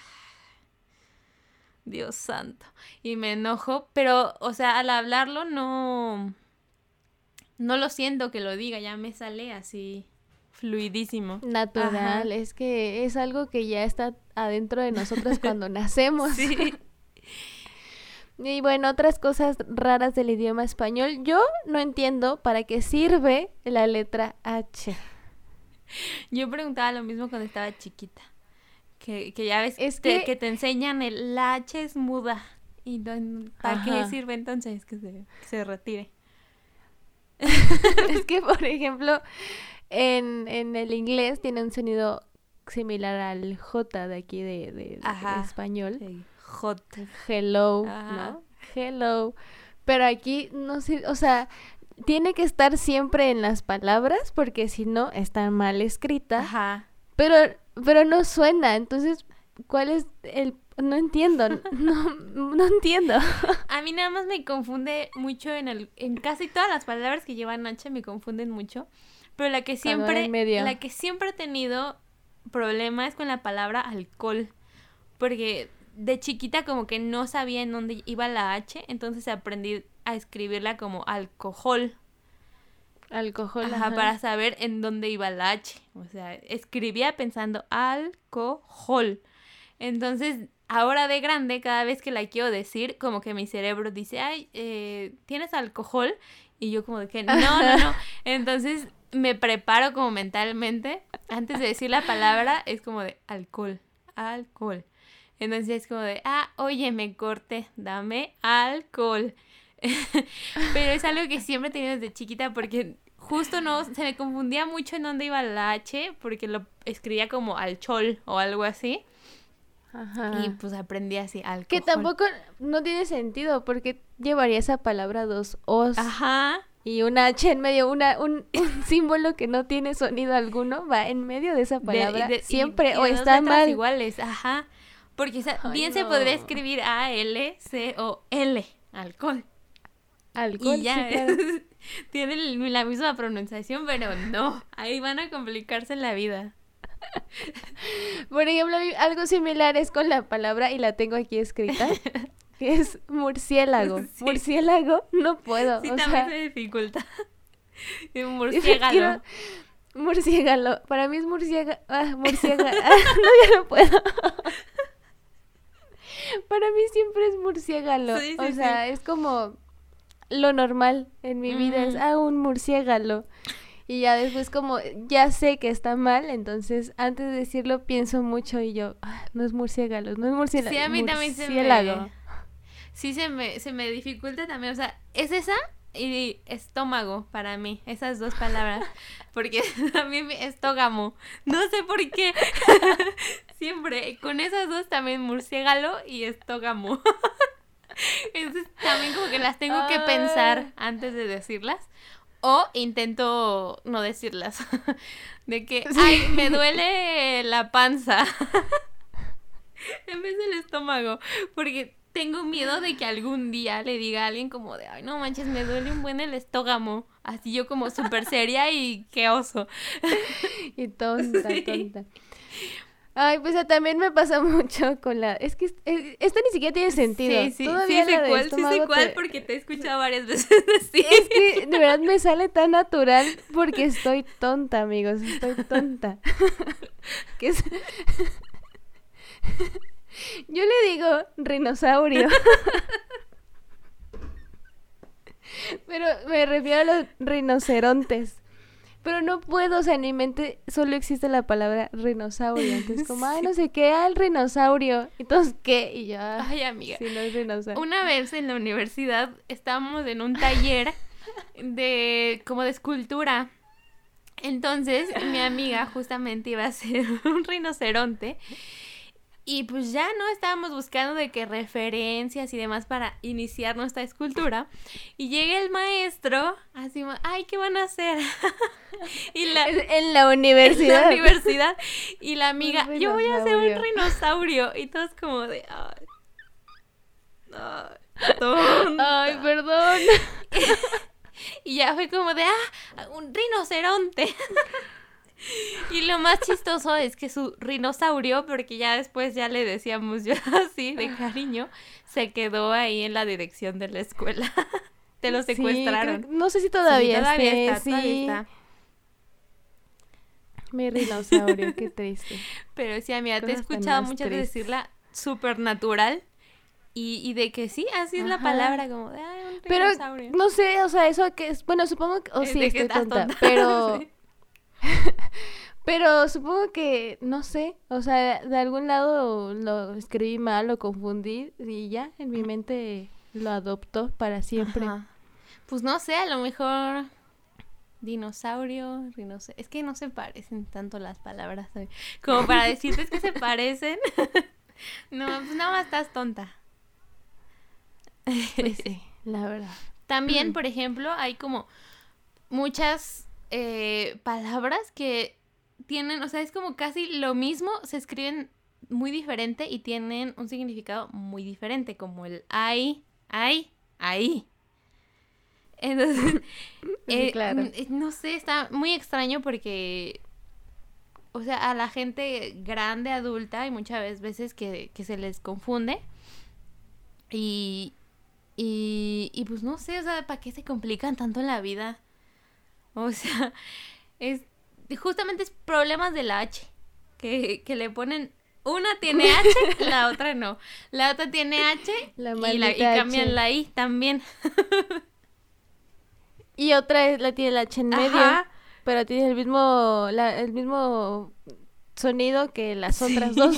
Dios santo. Y me enojo, pero, o sea, al hablarlo no... No lo siento que lo diga, ya me sale así fluidísimo. Natural, ajá. Es que es algo que ya está adentro de nosotros cuando nacemos. Sí. Y bueno, otras cosas raras del idioma español. Yo no entiendo para qué sirve la letra H. Yo preguntaba lo mismo cuando estaba chiquita. Que, que ya ves es que... Te, que te enseñan el la H es muda. ¿Y no, para ajá. qué sirve entonces? Que se, que se retire. Es que, por ejemplo, en, en el inglés tiene un sonido similar al J de aquí de, de, de español. Sí. J. Hello, ajá. ¿No? Hello. Pero aquí, no sé, o sea... Tiene que estar siempre en las palabras porque si no está mal escrita. Ajá. Pero pero no suena, entonces ¿cuál es el no entiendo? No no entiendo. A mí nada más me confunde mucho en el en casi todas las palabras que llevan H me confunden mucho, pero la que siempre la que siempre he tenido problemas es con la palabra alcohol, porque de chiquita como que no sabía en dónde iba la H, entonces aprendí a escribirla como alcohol. Alcohol, ajá, ajá, para saber en dónde iba la H. O sea, escribía pensando alcohol. Entonces, ahora de grande, cada vez que la quiero decir, como que mi cerebro dice, ay, eh, ¿tienes alcohol? Y yo como de que, no, no, no. Entonces, me preparo como mentalmente. Antes de decir la palabra, es como de alcohol, alcohol. Entonces, es como de, ah, oye, me corté, dame alcohol. Pero es algo que siempre he tenido desde chiquita porque justo no, se me confundía mucho en dónde iba la H porque lo escribía como alchol o algo así. Ajá. Y pues aprendí así, alcohol. Que tampoco no tiene sentido porque llevaría esa palabra dos O's. Ajá. Y una H en medio, una un, un símbolo que no tiene sonido alguno va en medio de esa palabra de, de, siempre y, y o está mal. Iguales, ajá. Porque o sea, bien no. Se podría escribir A L C O L, alcohol. Alcohol, y ya, sí, claro. tienen la misma pronunciación, pero no, ahí van a complicarse la vida. Por ejemplo, algo similar es con la palabra, y la tengo aquí escrita, que es murciélago. Sí. Murciélago, no puedo. Sí, o también sea, se dificulta. Murciégalo. Murciégalo. Para mí es murciélago. Ah, murciélago. Ah, no, ya no puedo. Para mí siempre es murciégalo. Sí, sí, o sea, sí. Es como lo normal en mi mm. vida, es ah, un murciégalo. Y ya después como ya sé que está mal, entonces antes de decirlo pienso mucho y yo, ah, no es murciélago, no es murciélago. Sí, a mí también se me... Sí, se me, se me dificulta también, o sea, es esa y estómago para mí, esas dos palabras, porque a mí me estógamo, no sé por qué, siempre, con esas dos también murciégalo y estógamo. Entonces también como que las tengo que pensar antes de decirlas. O intento no decirlas. De que, sí. Ay, me duele la panza. En vez del estómago. Porque tengo miedo de que algún día le diga a alguien como de, ay, no manches, me duele un buen el estómago. Así yo como súper seria y qué oso. Y tonta, sí. tonta. Ay, pues también me pasa mucho con la... Es que es, es, esta ni siquiera tiene sentido. Sí, sí, Todavía sí sé cuál, sí sé cuál, te... porque te he escuchado varias veces decir. Es que de verdad me sale tan natural porque estoy tonta, amigos, estoy tonta. ¿Qué es? Yo le digo rinosaurio. Pero me refiero a los rinocerontes. Pero no puedo, o sea, en mi mente solo existe la palabra rinosaurio. Entonces, como, ay, no sé qué, ah, el rinosaurio. Entonces, ¿qué? Y yo, ay, amiga. Sí, no es rinosaurio. Una vez en la universidad estábamos en un taller de, como de escultura. Entonces, mi amiga justamente iba a hacer un rinoceronte. Y pues ya no estábamos buscando de qué referencias y demás para iniciar nuestra escultura. Y llega el maestro, así, ay, ¿qué van a hacer? Y la, en la universidad. En la universidad. Y la amiga, yo voy a hacer un rinosaurio. Y todos como de, ay, ay, tonta. Ay, perdón. Y ya fue como de, ah, un rinoceronte. Y lo más chistoso es que su rinosaurio, porque ya después ya le decíamos yo así de cariño, se quedó ahí en la dirección de la escuela. Te lo secuestraron. Sí, creo, no sé si todavía, sí, todavía esté, está, sí. todavía está. Mi rinosaurio, qué triste. Pero sí, amiga, te he escuchado muchas veces decirla súper natural. Y, y de que sí, así es. Ajá. La palabra, como de, ay, un rinosaurio. Pero, no sé, o sea, eso que es, bueno, supongo que, o oh, sí, estoy tonta, tonta, pero... Sí. Pero supongo que, no sé, o sea, de algún lado lo escribí mal, lo confundí y ya en mi mente lo adoptó para siempre. Ajá. Pues no sé, a lo mejor dinosaurio, rinoce... es que no se parecen tanto las palabras, ¿sabes? Como para decirte que se parecen. No, pues nada más estás tonta. Pues sí, la verdad. También, por ejemplo, hay como muchas eh, palabras que tienen, o sea, es como casi lo mismo, se escriben muy diferente y tienen un significado muy diferente, como el ay, ay, ahí. Entonces, eh, claro. No sé, está muy extraño porque, o sea, a la gente grande, adulta, hay muchas veces que, que se les confunde y, y, y pues no sé, o sea, ¿para qué se complican tanto en la vida? O sea, es justamente es problemas de la H, que, que le ponen, una tiene H, la otra no, la otra tiene H la y, la, y cambian H. La I también. Y otra es, la tiene la H en medio, ajá, pero tiene el mismo, la, el mismo sonido que las sí. otras dos.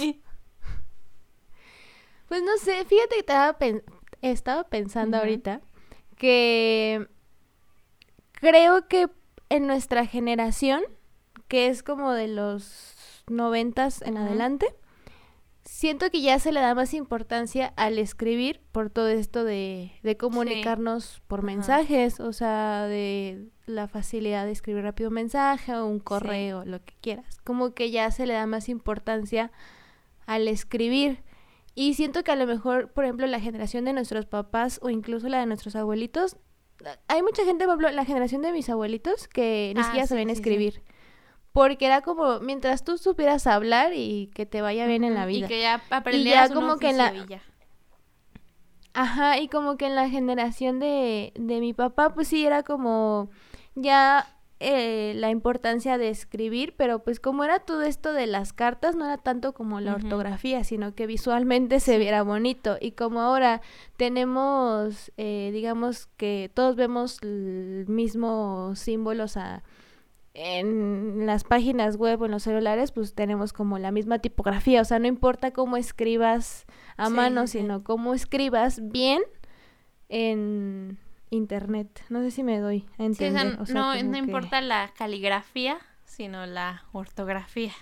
Pues no sé, fíjate que estaba, pen- estaba pensando uh-huh. ahorita que creo que en nuestra generación, que es como de los noventas en uh-huh. adelante, siento que ya se le da más importancia al escribir por todo esto de, de comunicarnos sí. por uh-huh. mensajes, o sea, de la facilidad de escribir rápido un mensaje o un correo, sí. lo que quieras. Como que ya se le da más importancia al escribir. Y siento que a lo mejor, por ejemplo, la generación de nuestros papás o incluso la de nuestros abuelitos hay mucha gente, por ejemplo, la generación de mis abuelitos que ni Ah, siquiera sí, sabían sí, escribir. sí. Porque era como, mientras tú supieras hablar y que te vaya bien en la Ujú, y vida. que ya Y aprendieras ya un como que en oficio la... y ya. Ajá, y como que en la generación de, de mi papá, pues sí, era como ya eh, la importancia de escribir, pero pues como era todo esto de las cartas, no era tanto como la Ujú. ortografía, sino que visualmente se Sí. viera bonito. Y como ahora tenemos, eh, digamos que todos vemos el mismo símbolos a en las páginas web o en los celulares, pues tenemos como la misma tipografía, o sea, no importa cómo escribas a Sí, mano, sí, sí. sino cómo escribas bien en internet. No sé si me doy a Sí, o entender, sea, o sea, no, como no que... importa la caligrafía, sino la ortografía.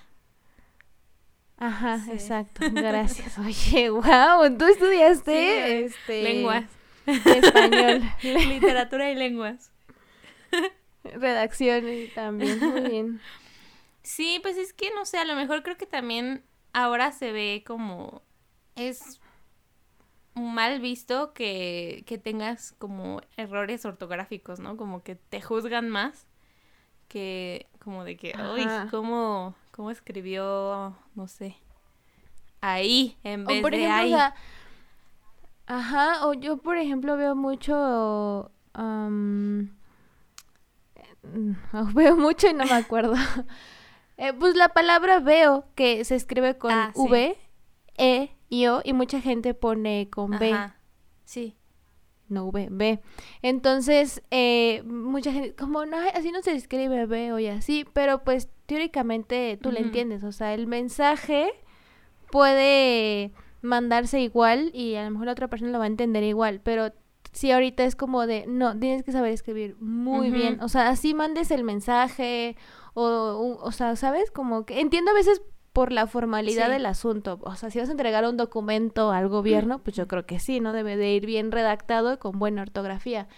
Ajá, Sí. exacto, gracias. Oye, wow, tú estudiaste, Sí, eh, este... lenguas. español, Literatura y lenguas. redacción y también, muy bien. Sí, pues es que no sé, a lo mejor creo que también ahora se ve como es mal visto que, que tengas como errores ortográficos, ¿no? Como que te juzgan más que como de que, uy, Ajá. ¿cómo, cómo escribió, no sé, ahí en O vez por de ejemplo, o ahí? sea, ajá, o yo por ejemplo veo mucho, am, mm, veo mucho y no me acuerdo. Eh, pues la palabra veo, que se escribe con Ah, sí. V, E y O, y mucha gente pone con B, Ajá. Sí. no V, B. Entonces, eh, mucha gente, como, no, así no se escribe veo y así, pero pues teóricamente tú le Ujú. entiendes, o sea, el mensaje puede mandarse igual y a lo mejor la otra persona lo va a entender igual, pero sí ahorita es como de, no, tienes que saber escribir muy Ujú. bien, o sea, así mandes el mensaje o, o, o sea, ¿sabes? Como que entiendo a veces por la formalidad Sí. del asunto, o sea, si vas a entregar un documento al gobierno, pues yo creo que sí, ¿no? Debe de ir bien redactado y con buena ortografía,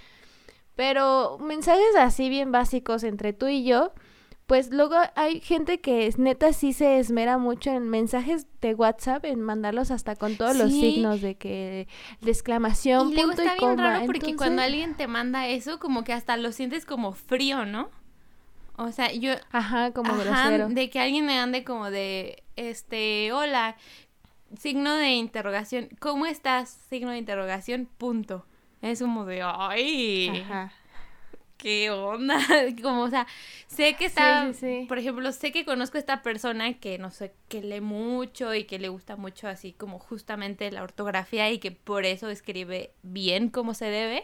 pero mensajes así bien básicos entre tú y yo, pues luego hay gente que es neta sí se esmera mucho en mensajes de WhatsApp, en mandarlos hasta con todos los Sí. signos de que de exclamación, Y luego punto y está bien coma. raro porque Entonces, cuando alguien te manda eso, como que hasta lo sientes como frío, ¿no? O sea, yo, ajá, como ajá, grosero. de que alguien me ande como de, este, hola, signo de interrogación, ¿cómo estás? Signo de interrogación, punto. Es como de, ay, Ajá. ¿qué onda? Como, o sea, sé que Sí, está, sí, sí. por ejemplo, sé que conozco a esta persona que, no sé, que lee mucho y que le gusta mucho así como justamente la ortografía y que por eso escribe bien como se debe,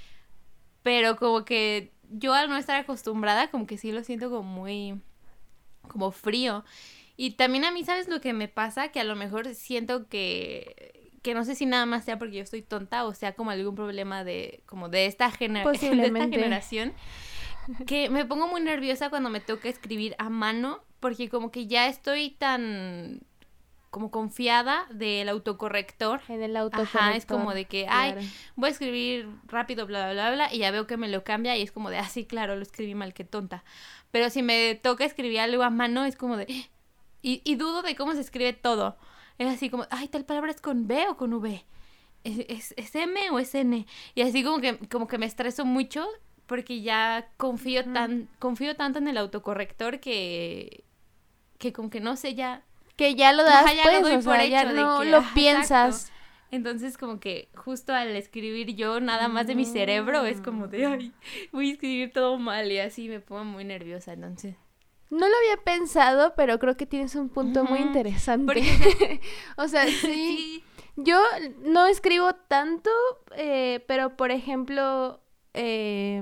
pero como que yo al no estar acostumbrada, como que sí lo siento como muy, como frío. Y también a mí, ¿sabes lo que me pasa? Que a lo mejor siento que, que no sé si nada más sea porque yo estoy tonta o sea como algún problema de, como de esta, gener- de esta Posiblemente. generación, que me pongo muy nerviosa cuando me toca escribir a mano porque como que ya estoy tan como confiada del autocorrector. En el autocorrector. Ajá, es como de que, ay, claro. voy a escribir rápido, bla, bla, bla, bla, y ya veo que me lo cambia y es como de, ah, sí, claro, lo escribí mal, qué tonta. Pero si me toca escribir algo a mano, es como de, y, y dudo de cómo se escribe todo. Es así como, ay, tal palabra es con B o con V. ¿Es, es, es M o es N? Y así como que, como que me estreso mucho porque ya confío, Ujú. tan, confío tanto en el autocorrector que, que como que no sé, ya... Que ya lo das, Ajá, ya pues, lo doy o por sea, hecho ya de no que, lo ajá, piensas. exacto. Entonces como que justo al escribir yo nada más de mi cerebro es como de, ay, voy a escribir todo mal y así me pongo muy nerviosa, entonces. No lo había pensado, pero creo que tienes un punto muy Ujú. interesante. Porque, o sea, sí, sí, yo no escribo tanto, eh, pero por ejemplo, eh,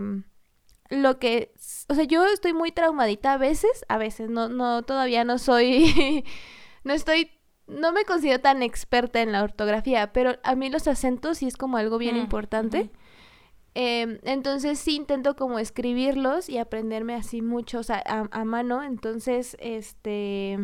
lo que, o sea, yo estoy muy traumadita a veces, a veces, no, no, todavía no soy, no estoy, no me considero tan experta en la ortografía, pero a mí los acentos sí es como algo bien Mm, importante. ujú. Eh, entonces sí intento como escribirlos y aprenderme así mucho, o sea, a, a mano. Entonces, este,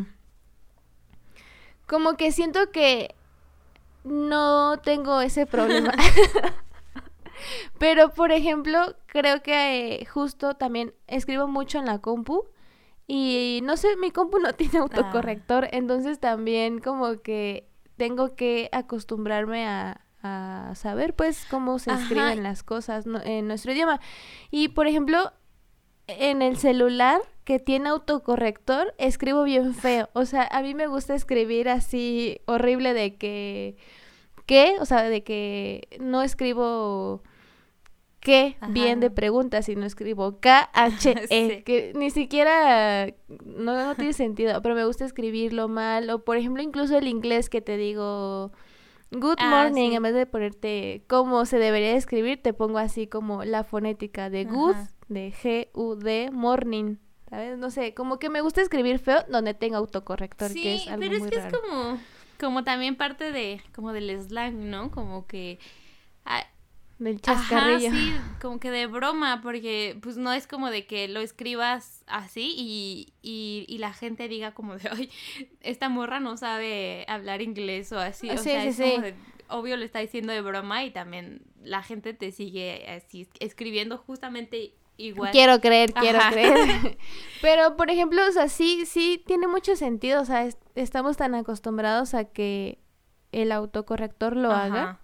como que siento que no tengo ese problema. Pero, por ejemplo, creo que eh, justo también escribo mucho en la compu. Y no sé, mi compu no tiene autocorrector. Entonces también como que tengo que acostumbrarme a, a saber pues cómo se Ajá. escriben las cosas, ¿no? En nuestro idioma. Y por ejemplo, en el celular que tiene autocorrector, escribo bien feo. O sea, a mí me gusta escribir así horrible de que... ¿Qué? O sea, de que no escribo... ¿Qué? Ajá. Bien de preguntas, sino escribo K H E, sí. Que ni siquiera, no, no tiene sentido, pero me gusta escribirlo mal, o por ejemplo incluso el inglés que te digo good ah, morning, sí. En vez de ponerte cómo se debería escribir, te pongo así como la fonética de good, Ajá. de G U D, morning, ¿sabes? No sé, como que me gusta escribir feo donde tenga autocorrector, sí, que es algo pero es muy que raro. es como, como también parte de, como del slang, ¿no? Como que... Ah, del chascarrillo. Ajá, sí, como que de broma, porque pues no es como de que lo escribas así y, y, y la gente diga como de, ay, esta morra no sabe hablar inglés o así, o sí, sea, sí, es sí. como de, obvio lo está diciendo de broma y también la gente te sigue así escribiendo justamente igual. Quiero creer, quiero Ajá. creer. Pero, por ejemplo, o sea, sí, sí tiene mucho sentido, o sea, es, estamos tan acostumbrados a que el autocorrector lo Ajá. haga,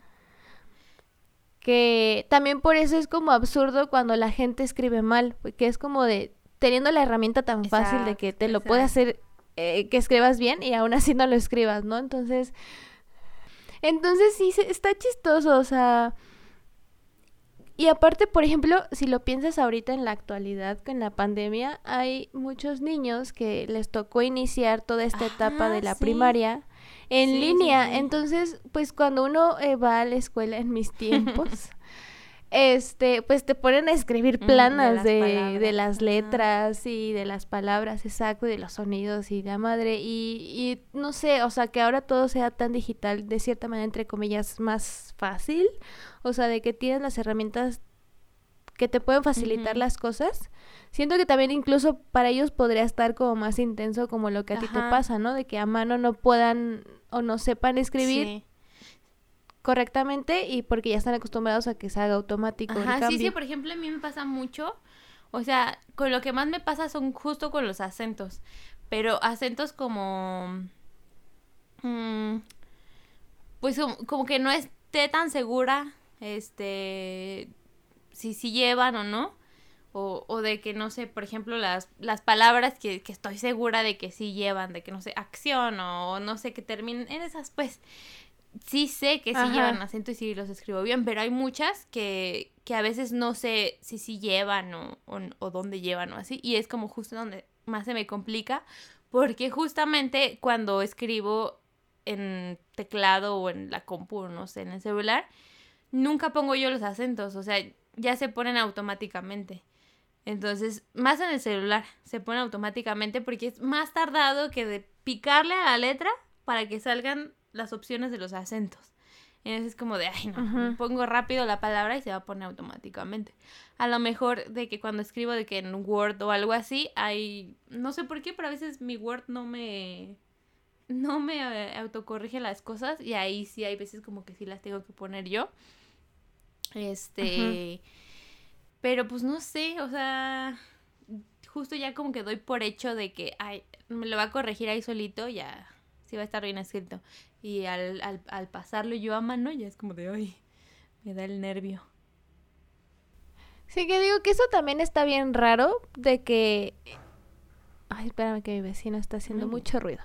que también por eso es como absurdo cuando la gente escribe mal, porque es como de, teniendo la herramienta tan exacto, fácil de que te lo exacto. puede hacer, eh, que escribas bien y aún así no lo escribas, ¿no? Entonces, entonces sí, está chistoso, o sea, y aparte, por ejemplo, si lo piensas ahorita en la actualidad, con la pandemia, hay muchos niños que les tocó iniciar toda esta Ajá, etapa de la sí. primaria en sí, línea, sí, sí. Entonces, pues cuando uno eh, va a la escuela en mis tiempos, este, pues te ponen a escribir planas mm, de, de, de las letras Ajá. y de las palabras, exacto, de los sonidos y la madre, y, y no sé, o sea, que ahora todo sea tan digital, de cierta manera, entre comillas, más fácil, o sea, de que tienes las herramientas que te pueden facilitar uh-huh. las cosas. Siento que también incluso para ellos podría estar como más intenso como lo que a Ajá. ti te pasa, ¿no? De que a mano no puedan o no sepan escribir sí. correctamente y porque ya están acostumbrados a que se haga automático Ajá, el cambio. Sí, sí, por ejemplo, a mí me pasa mucho, o sea, con lo que más me pasa son justo con los acentos, pero acentos como... Mmm, pues como, como que no esté tan segura, este... si si llevan o no, o, o de que, no sé, por ejemplo, las, las palabras que, que estoy segura de que sí llevan, de que, no sé, acción o no sé, que terminen en esas, pues, sí sé que sí Ajá. llevan acento y sí los escribo bien, pero hay muchas que, que a veces no sé si sí llevan o, o, o dónde llevan o así, y es como justo donde más se me complica, porque justamente cuando escribo en teclado o en la compu, no sé, en el celular, nunca pongo yo los acentos, o sea, ya se ponen automáticamente. Entonces, más en el celular se pone automáticamente porque es más tardado que de picarle a la letra para que salgan las opciones de los acentos. Entonces es como de, ay no, uh-huh. pongo rápido la palabra y se va a poner automáticamente. A lo mejor de que cuando escribo de que en Word o algo así, hay, no sé por qué, pero a veces mi Word no me, no me eh, autocorrige las cosas y ahí sí hay veces como que sí las tengo que poner yo. Este... Uh-huh. Pero pues no sé, o sea, justo ya como que doy por hecho de que ay, me lo va a corregir ahí solito, ya sí va a estar bien escrito. Y al, al, al pasarlo yo a mano ya es como de, ay, me da el nervio. Sí, que digo que eso también está bien raro, de que... Ay, espérame que mi vecino está haciendo mm. mucho ruido.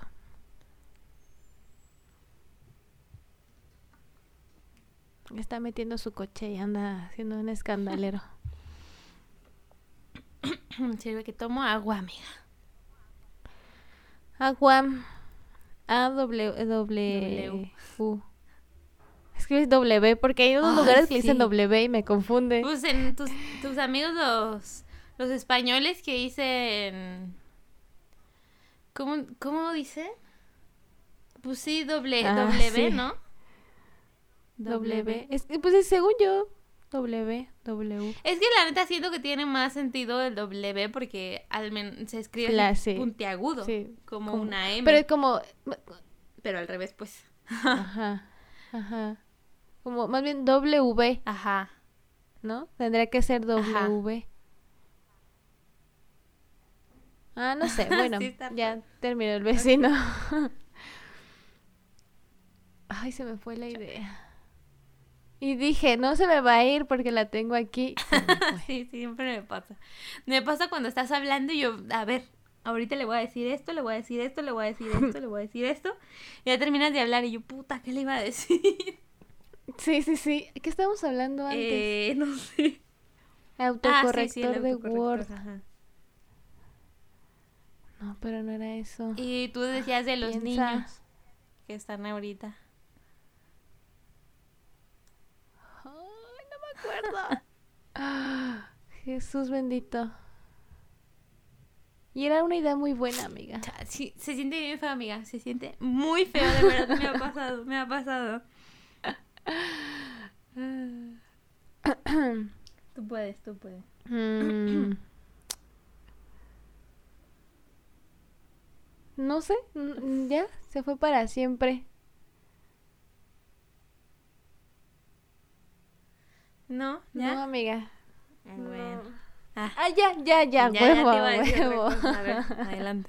Está metiendo su coche y anda haciendo un escandalero. Sirve que tomo agua, amiga. Agua. A W W U. Escribes W porque hay unos Ay, lugares que sí. dicen W y me confunde. Pues en tus, tus amigos los los españoles que dicen ¿Cómo, cómo dice? Pues sí, doble, ah, W, sí. ¿no? W. w. Es, pues según yo W, W. Es que la neta siento que tiene más sentido el W porque al menos se escribe la, sí. puntiagudo, sí. como, como una M. Pero es como... Pero al revés, pues. Ajá, ajá. Como más bien W. Ajá. ¿No? Tendría que ser W. Ajá. Ah, no sé, bueno, sí ya terminó el vecino. Okay. Ay, se me fue la idea. Y dije, no se me va a ir porque la tengo aquí. Sí, siempre me pasa. Me pasa cuando estás hablando y yo, a ver, ahorita le voy a decir esto, le voy a decir esto, le voy a decir esto, le voy a decir esto. Y ya terminas de hablar y yo, puta, ¿qué le iba a decir? Sí, sí, sí. ¿Qué estábamos hablando antes? Eh, no sé. Autocorrector, ah, sí, sí, el de autocorrector, Word. Ajá. No, pero no era eso. Y tú decías de los Piensa. niños que están ahorita. Ay, no me acuerdo. Jesús bendito. Y era una idea muy buena, amiga. Sí, se siente bien feo, amiga. Se siente muy feo, de verdad. Me ha pasado, me ha pasado. Tú puedes, tú puedes. Mm. No sé, mm, ya se fue para siempre. ¿No? ¿Ya? No, amiga. Bueno. No. Ah, Ah, ya, ya, ya, ya, huevo, ya te iba a decir otra huevo. cosa. A ver, adelante.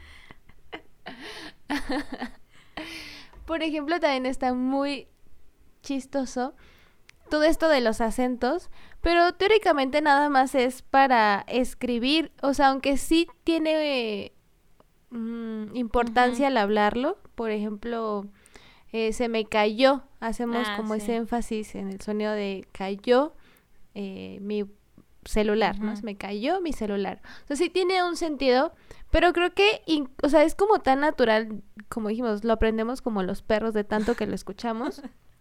Por ejemplo, también está muy chistoso todo esto de los acentos, pero teóricamente nada más es para escribir, o sea, aunque sí tiene mm, importancia Ujú. al hablarlo, por ejemplo, eh, se me cayó, hacemos Ah, como sí. ese énfasis en el sonido de cayó eh, mi celular, ¿no? Ujú. Se me cayó mi celular. O sea, sí tiene un sentido, pero creo que, in- o sea, es como tan natural, como dijimos, lo aprendemos como los perros de tanto que lo escuchamos,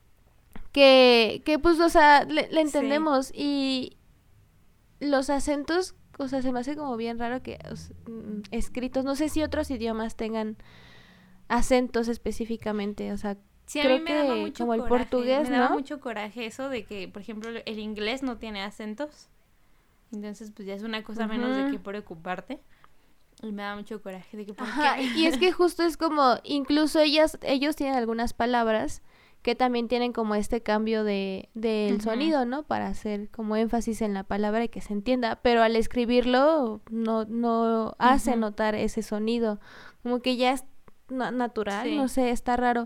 que, que pues, o sea, le, le Sí. entendemos y los acentos, o sea, se me hace como bien raro que o sea, mm, escritos, no sé si otros idiomas tengan acentos específicamente, o sea, Sí, a creo mí me daba que mucho como el coraje. portugués, Me daba ¿no? mucho coraje eso de que, por ejemplo, el inglés no tiene acentos. Entonces, pues ya es una cosa menos de Ujú. qué preocuparte. Y me da mucho coraje de que por Ajá, qué. y es que justo es como, incluso ellas, ellos tienen algunas palabras que también tienen como este cambio de del Ujú. sonido, ¿no? Para hacer como énfasis en la palabra y que se entienda, pero al escribirlo no, no hace Ujú. notar ese sonido, como que ya es na- natural, Sí. no sé, está raro.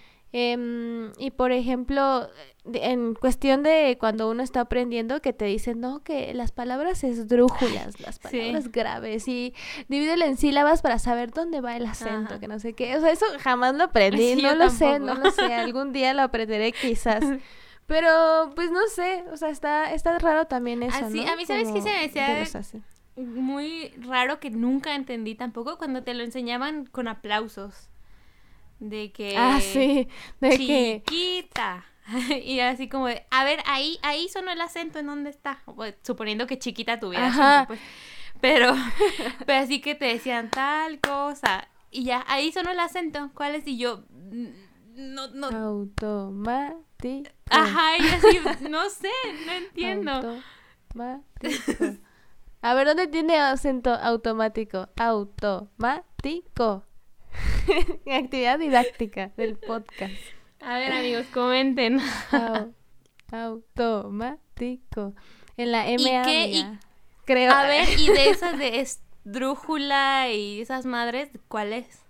Em, y por ejemplo, de- en cuestión de cuando uno está aprendiendo que te dicen, no, que las palabras esdrújulas, las Sí. palabras graves y divídelo en sílabas para saber dónde va el acento, Ajá. que no sé qué. O sea, eso jamás lo aprendí, Sí, no yo lo sé, tampoco. no lo sé, algún día lo aprenderé quizás. Pero pues no sé, o sea, está está raro también eso, Así, ¿no? a mí, ¿sabes qué Como se me de decía los acentos. muy raro que nunca entendí tampoco cuando te lo enseñaban con aplausos? De Ah, que sí, de que chiquita. Y así como de, a ver, ahí, ahí sonó el acento, ¿en dónde está? Pues, suponiendo que chiquita tuviera ajá, acento, pues. Pero, pero así que te decían tal cosa. Y ya, ahí sonó el acento. ¿Cuál es? Y yo, mm, no, no. automático. Ajá, y así, no sé, no entiendo. Automático. A ver, ¿dónde tiene acento automático? Automático. Actividad didáctica del podcast. A ver, amigos, comenten. Au- automático. En la ¿Y M A, qué? Y, amiga. Creo. a ver, y de esas de esdrújula y esas madres, ¿cuál es?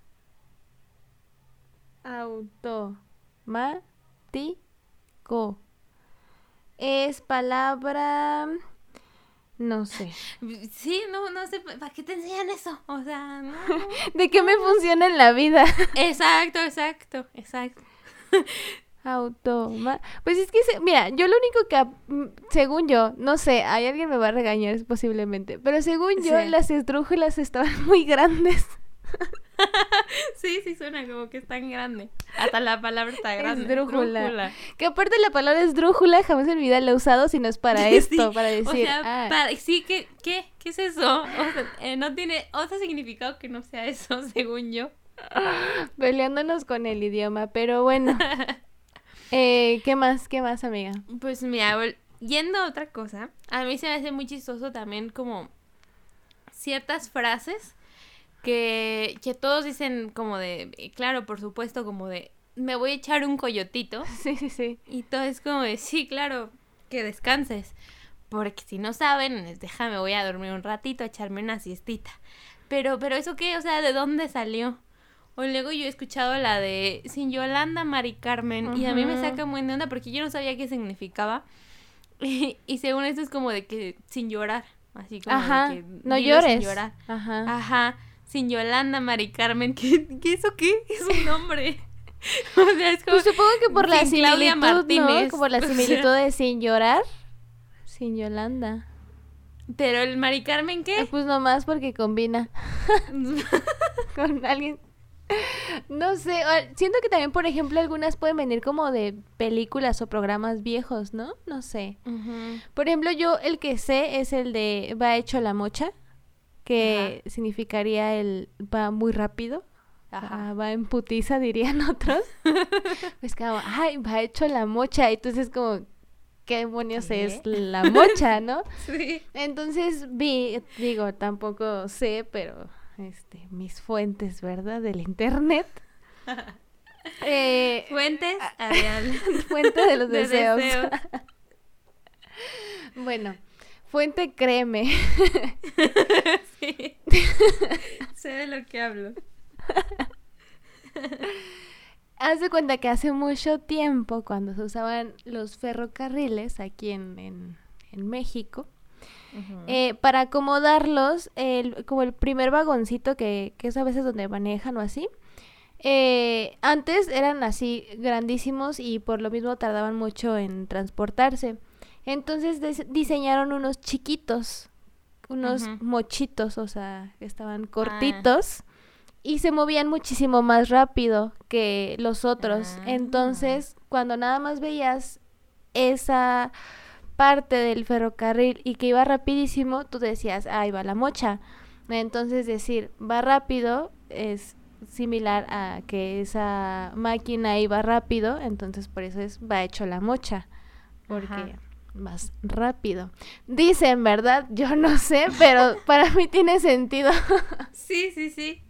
Automático. Es palabra... No sé. Sí, no, no sé, ¿para qué te enseñan eso? O sea, no. ¿De qué me funciona en la vida? Exacto, exacto, exacto. Automa... Pues es que, se... mira, yo lo único que, ap- mm, según yo, no sé, hay alguien me va a regañar posiblemente, pero según yo, Sí. las esdrújulas estaban muy grandes. Sí, sí suena como que es tan grande. Hasta la palabra está grande. Esdrújula. esdrújula. Que aparte la palabra esdrújula jamás en mi vida la he usado, sino es para esto, Sí, para o decir, sea, ah, para- sí, ¿qué, qué, ¿qué es eso? O sea, eh, no tiene otro significado que no sea eso, según yo. peleándonos con el idioma, pero bueno. Eh, ¿qué más? ¿Qué más, amiga? Pues mira, vol- yendo a otra cosa, a mí se me hace muy chistoso también como ciertas frases que, que todos dicen como de, eh, claro, por supuesto, como de, me voy a echar un coyotito. Sí, sí, sí. Y todo es como de, sí, claro, que descanses. Porque si no saben, es, déjame, voy a dormir un ratito, a echarme una siestita. Pero, pero ¿eso qué? O sea, ¿de dónde salió? O luego yo he escuchado la de Sin Yolanda, Mari Carmen. Uh-huh. Y a mí me saca muy de onda porque yo no sabía qué significaba. Y, y según esto es como de que sin llorar. Así como Ajá, de que no llores. Sin llorar. Ajá. Ajá. Sin Yolanda, Mari Carmen. ¿Qué, qué eso qué? Es un nombre. O sea, es como... Pues supongo que por la similitud, Claudia Martínez, ¿no? Como la similitud de Sin Llorar. Sin Yolanda. Pero el Mari Carmen, ¿qué? Eh, pues nomás porque combina con alguien. No sé, siento que también, por ejemplo, algunas pueden venir como de películas o programas viejos, ¿no? No sé. Uh-huh. Por ejemplo, yo el que sé es el de Va hecho la mocha, que uh-huh. significaría el va muy rápido. Ajá. Uh, va en putiza, dirían otros. Pues como, ay, va hecho la mocha. Entonces como, ¿qué demonios ¿Qué? es la mocha, no? Sí. Entonces vi, digo, tampoco sé, pero este, mis fuentes, ¿verdad? Del internet. eh, fuentes, Arial. Fuente de los de deseos. deseos. Bueno, fuente créeme. Sí. Sé de lo que hablo. Haz de cuenta que hace mucho tiempo, cuando se usaban los ferrocarriles aquí en, en, en México, uh-huh. eh, para acomodarlos, el, como el primer vagoncito que, que es a veces donde manejan o así, eh, antes eran así grandísimos y por lo mismo tardaban mucho en transportarse. Entonces des- diseñaron unos chiquitos, unos uh-huh. mochitos, o sea, que estaban cortitos. Ah. Y se movían muchísimo más rápido que los otros. Ah. Entonces, cuando nada más veías esa parte del ferrocarril y que iba rapidísimo, tú decías, ahí va la mocha. Entonces, decir, va rápido es similar a que esa máquina iba rápido. Entonces, por eso es, va hecho la mocha. Porque... Ajá. Más rápido. Dicen, ¿verdad? Yo no sé, pero para mí tiene sentido. Sí, sí, sí.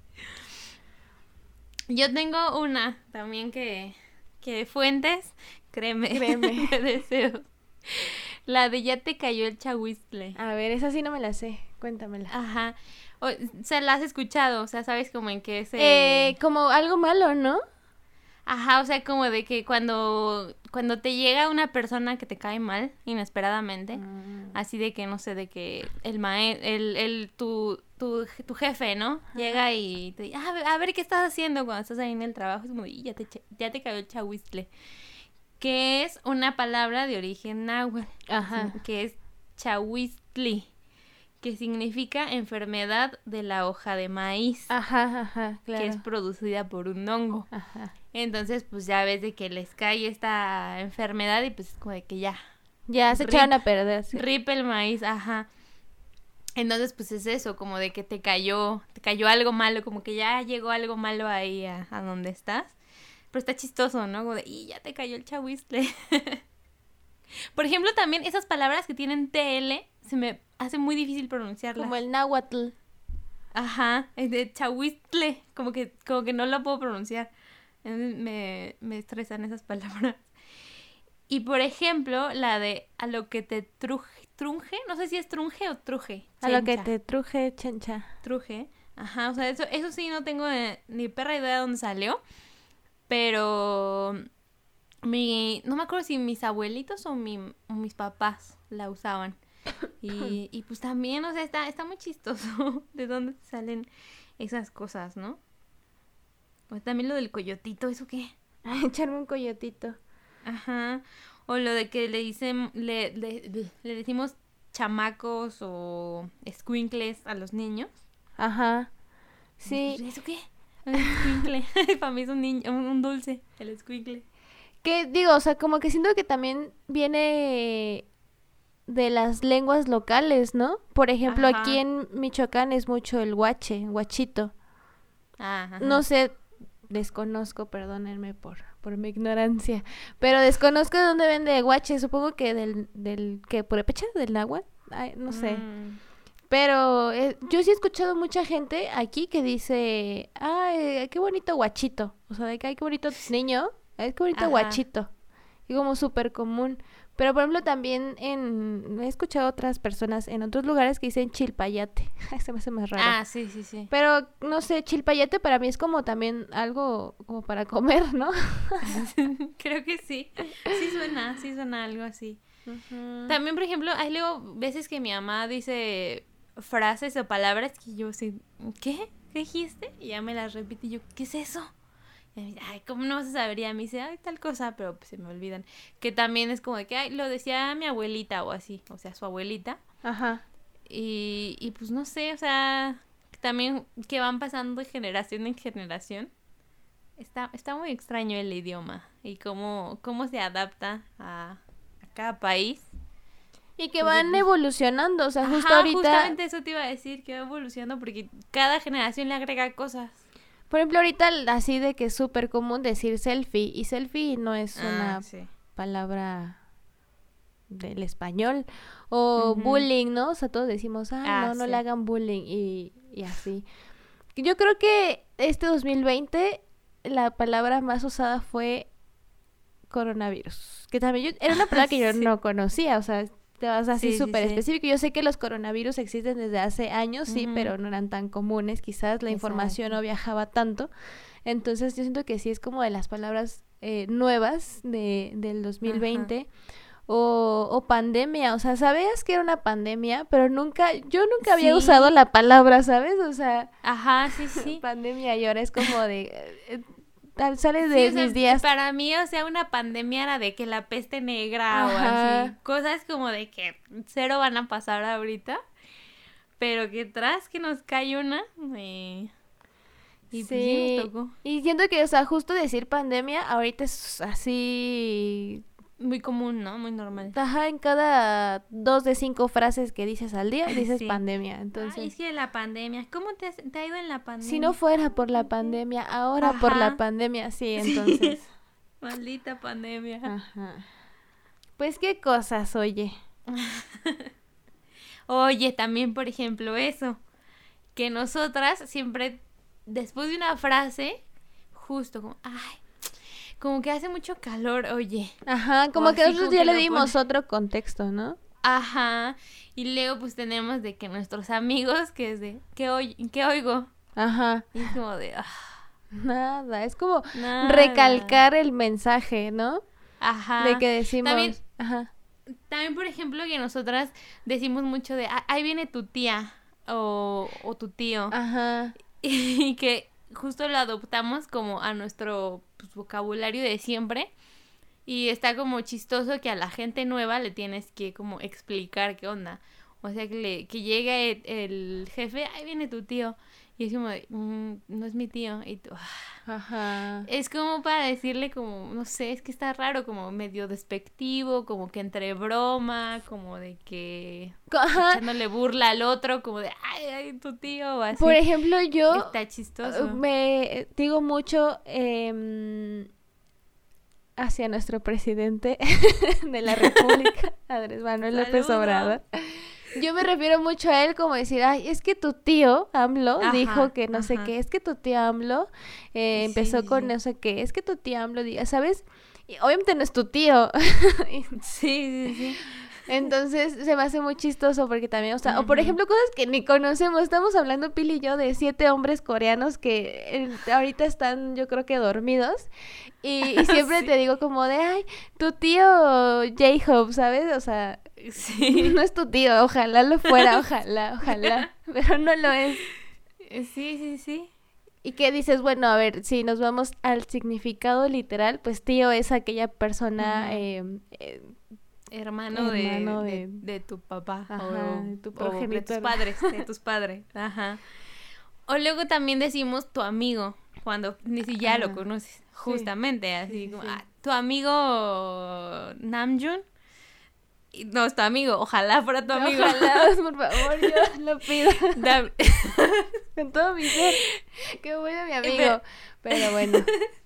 Yo tengo una también que, que fuentes, créeme, créeme. de deseos. La de ya te cayó el chahuizcle. A ver, esa sí no me la sé, cuéntamela. Ajá, o, o sea, la has escuchado, o sea, sabes como en qué se... Eh, como algo malo, ¿no? Ajá, o sea, como de que cuando, cuando te llega una persona que te cae mal, inesperadamente, mm. así de que, no sé, de que el mae, el, el, tu, tu, tu jefe, ¿no? Ajá. Llega y te dice, ah, a ver qué estás haciendo cuando estás ahí en el trabajo, es como, y ya te, ya te cayó el chahuizcle, que es una palabra de origen náhuatl, Ajá. que es chahuiztli, que significa enfermedad de la hoja de maíz. Ajá, ajá, claro. Que es producida por un hongo. Ajá. Entonces, pues ya ves de que les cae esta enfermedad y pues es como de que ya. Ya se echaron a perder. Sí. Rip el maíz, ajá. Entonces, pues es eso, como de que te cayó, te cayó algo malo, como que ya llegó algo malo ahí a, a donde estás. Pero está chistoso, ¿no? Como de, y ya te cayó el chahuizcle. Por ejemplo, también esas palabras que tienen T L, se me hace muy difícil pronunciarlas. Como el náhuatl. Ajá, es de chahuiztle, como que, como que no lo puedo pronunciar. Me, me estresan esas palabras. Y por ejemplo, la de a lo que te truje, trunje, no sé si es trunje o truje. Chencha. A lo que te truje, chencha. Truje, ajá, o sea, eso, eso sí no tengo eh, ni perra idea de dónde salió. Pero mi, no me acuerdo si mis abuelitos o, mi, o mis papás la usaban. Y, y pues también, o sea, está, está muy chistoso de dónde salen esas cosas, ¿no? O también lo del coyotito, ¿eso qué? Echarme un coyotito. Ajá. O lo de que le dicen, le, le, le decimos chamacos o escuincles a los niños. Ajá. Sí. ¿Eso qué? El escuincle. Para mí es un niño, un, un dulce, el escuincle. Que digo, o sea, como que siento que también viene de las lenguas locales, ¿no? Por ejemplo, ajá. Aquí en Michoacán es mucho el guache, guachito. Ajá. No sé, desconozco, perdónenme por, por mi ignorancia, pero desconozco de dónde vende guache, supongo que del, del, ¿qué? ¿Purépecha? ¿Del náhuatl? Ay, no sé. Mm. Pero eh, yo sí he escuchado mucha gente aquí que dice, ay, qué bonito guachito, o sea, de que ay, qué bonito niño, ay, qué bonito ajá. Guachito, y como súper común. Pero, por ejemplo, también en he escuchado otras personas en otros lugares que dicen chilpayate. Se me hace más raro. Ah, sí, sí, sí. Pero, no sé, chilpayate para mí es como también algo como para comer, ¿no? Creo que sí. Sí suena, sí suena algo así. Uh-huh. También, por ejemplo, hay luego veces que mi mamá dice frases o palabras que yo sé, ¿qué? ¿Qué dijiste? Y ya me las repite y yo, ¿qué es eso? Y me dice, ay, ¿cómo no vas a saber? Y a mí dice, ay, tal cosa, pero pues se me olvidan. Que también es como de que, ay, lo decía mi abuelita o así, o sea, su abuelita. Ajá. Y, y pues no sé, o sea, también que van pasando de generación en generación. Está, está muy extraño el idioma y cómo, cómo se adapta a, a cada país. Y que van evolucionando, o sea, justo Ajá, ahorita... justamente eso te iba a decir, que va evolucionando porque cada generación le agrega cosas. Por ejemplo, ahorita así de que es súper común decir selfie, y selfie no es Ah, una sí. palabra del español. O Ujú. bullying, ¿no? O sea, todos decimos, ah, Ah, no, no sí. le hagan bullying y, y así. Yo creo que este dos mil veinte la palabra más usada fue coronavirus. Que también yo, era una palabra que yo Sí. no conocía, o sea, te vas así Sí, sí, súper sí. específico. Yo sé que los coronavirus existen desde hace años, sí, Ujú. pero no eran tan comunes, quizás la información Exacto. no viajaba tanto. Entonces yo siento que sí es como de las palabras eh, nuevas de, del dos mil veinte. O, o pandemia, o sea, sabías que era una pandemia, pero nunca, yo nunca había Sí. usado la palabra, ¿sabes? O sea, Ajá, sí, sí. pandemia y ahora es como de, eh, eh, sale de Sí, o sea, mis días. para mí, o sea, una pandemia era de que la peste negra o Ajá. así. Cosas como de que cero van a pasar ahorita. Pero que tras que nos cae una. eh, Y pues sí, nos Sí, tocó. y siento que, o sea, justo decir pandemia ahorita es así, Muy común, ¿no? Muy normal. ajá, en cada dos de cinco frases que dices al día dices Sí. pandemia, Ay, entonces, es que la pandemia. ¿Cómo te, has- te ha ido en la pandemia? si no fuera por la pandemia, ahora por la Ajá. pandemia, sí, Sí. entonces, Maldita pandemia. ajá. Pues qué cosas, oye. Oye, también, por ejemplo, eso. Que nosotras siempre, después de una frase, justo como, ay, como que hace mucho calor, oye. Ajá, como O que así nosotros como ya que le lo dimos pone- otro contexto, ¿no? Ajá. Y luego pues tenemos de que nuestros amigos, que es de, ¿qué, oy ¿qué oigo? Ajá, Y es como de, ah, nada, es como nada. recalcar el mensaje, ¿no? Ajá. De que decimos, También, ajá, también, por ejemplo, que nosotras decimos mucho de, "Ah, ahí viene tu tía o, o tu tío. ajá, Y que justo lo adoptamos como a nuestro pues, vocabulario de siempre. Y está como chistoso que a la gente nueva le tienes que como explicar qué onda. O sea, que, le, que llegue el, el jefe, ahí viene tu tío. Y es como, de, mm, no es mi tío. Y tú, ah. ajá. Es como para decirle como, no sé, es que está raro, como medio despectivo, como que entre broma, como de que Ajá. echándole burla al otro, como de, ay, ay, tu tío, o así. Por ejemplo, yo Está chistoso. uh, me digo mucho eh, hacia nuestro presidente de la República, Andrés Manuel López Saludo. Obrador. Yo me refiero mucho a él como decir, ay, es que tu tío AMLO Ajá, dijo que no sé ajá. qué, es que tu tío AMLO eh, Sí, empezó sí, con sí. no sé qué, es que tu tío AMLO, diga, ¿sabes? Y obviamente no es tu tío. Sí, sí, sí. Entonces se me hace muy chistoso porque también, o sea, o por Ujú. ejemplo cosas que ni conocemos. Estamos hablando, Pili y yo, de siete hombres coreanos que eh, ahorita están, yo creo que dormidos. Y, y siempre Sí. te digo como de, ay, tu tío J-Hope, ¿sabes? O sea, Sí. no es tu tío, ojalá lo fuera, ojalá, ojalá, pero no lo es. Sí, sí, sí. Y que dices, bueno, a ver, si nos vamos al significado literal, pues tío es aquella persona... Ujú. eh, eh, Hermano, Hermano de, de- de, de tu papá. Ajá, o, de tu o de tus progenitor. padres. De tus padres. Ajá. O luego también decimos tu amigo. Cuando ni siquiera lo Ajá. conoces. Justamente. Así Sí, sí, como, sí. ah, tu amigo Namjoon. Y no es tu amigo. Ojalá fuera tu amigo. Ojalá, por favor, yo lo pido Da- con todo mi ser. Qué bueno mi amigo. Pero- Pero bueno.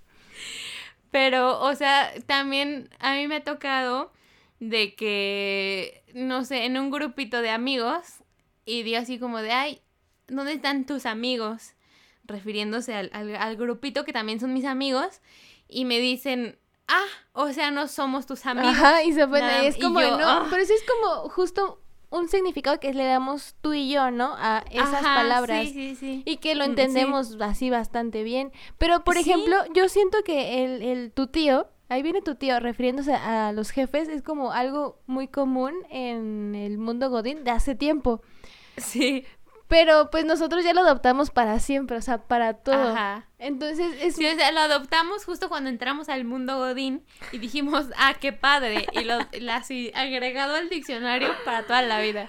Pero, o sea, también a mí me ha tocado de que, no sé, en un grupito de amigos, y digo así como de, ay, ¿dónde están tus amigos? Refiriéndose al, al, al grupito que también son mis amigos, y me dicen, ah, o sea, no somos tus amigos. Ajá, y se ofende, y es como, yo, no, oh. pero eso es como justo un significado que le damos tú y yo, ¿no? A esas Ajá, palabras. Sí, sí, sí. Y que lo entendemos sí. así bastante bien. Pero, por ¿Sí? ejemplo, yo siento que el, el tu tío, ahí viene tu tío refiriéndose a los jefes, es como algo muy común en el mundo godín de hace tiempo. Sí. Pero pues nosotros ya lo adoptamos para siempre, o sea, para todo. Ajá. Entonces es... Sí, o sea, lo adoptamos justo cuando entramos al mundo godín y dijimos, ah, qué padre, y lo así agregado al diccionario para toda la vida.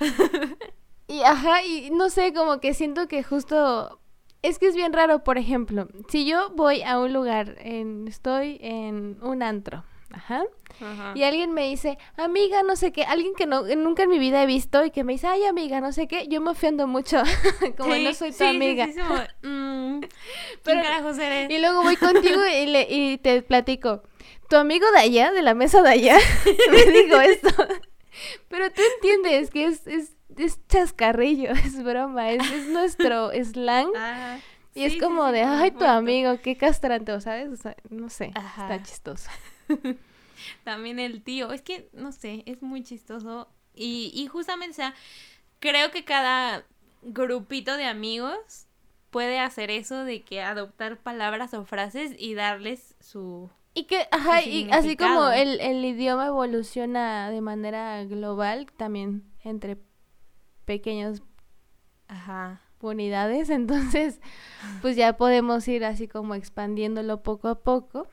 Y ajá, y no sé, como que siento que justo... Es que es bien raro, por ejemplo, si yo voy a un lugar, en, estoy en un antro, ajá, ajá, y alguien me dice, amiga, no sé qué, alguien que no nunca en mi vida he visto y que me dice, ay, amiga, no sé qué, yo me ofendo mucho, como sí, no soy tu sí, amiga. Sí, sí, somos, mmm, ¿quién carajos eres? Y luego voy contigo y, le, y te platico, tu amigo de allá, de la mesa de allá, me dijo esto, pero tú entiendes que es... es es chascarrillo, es broma, es, es nuestro slang. Ah, y sí, es como sí, de, ay, tu amigo, qué castrante, ¿sabes? O sea, no sé, ajá, está chistoso. También el tío, es que, no sé, es muy chistoso. Y, y justamente, o sea, creo que cada grupito de amigos puede hacer eso de que adoptar palabras o frases y darles su... Y que, ajá, y así como el, el idioma evoluciona de manera global, también entre pequeños ajá, unidades, entonces pues ya podemos ir así como expandiéndolo poco a poco.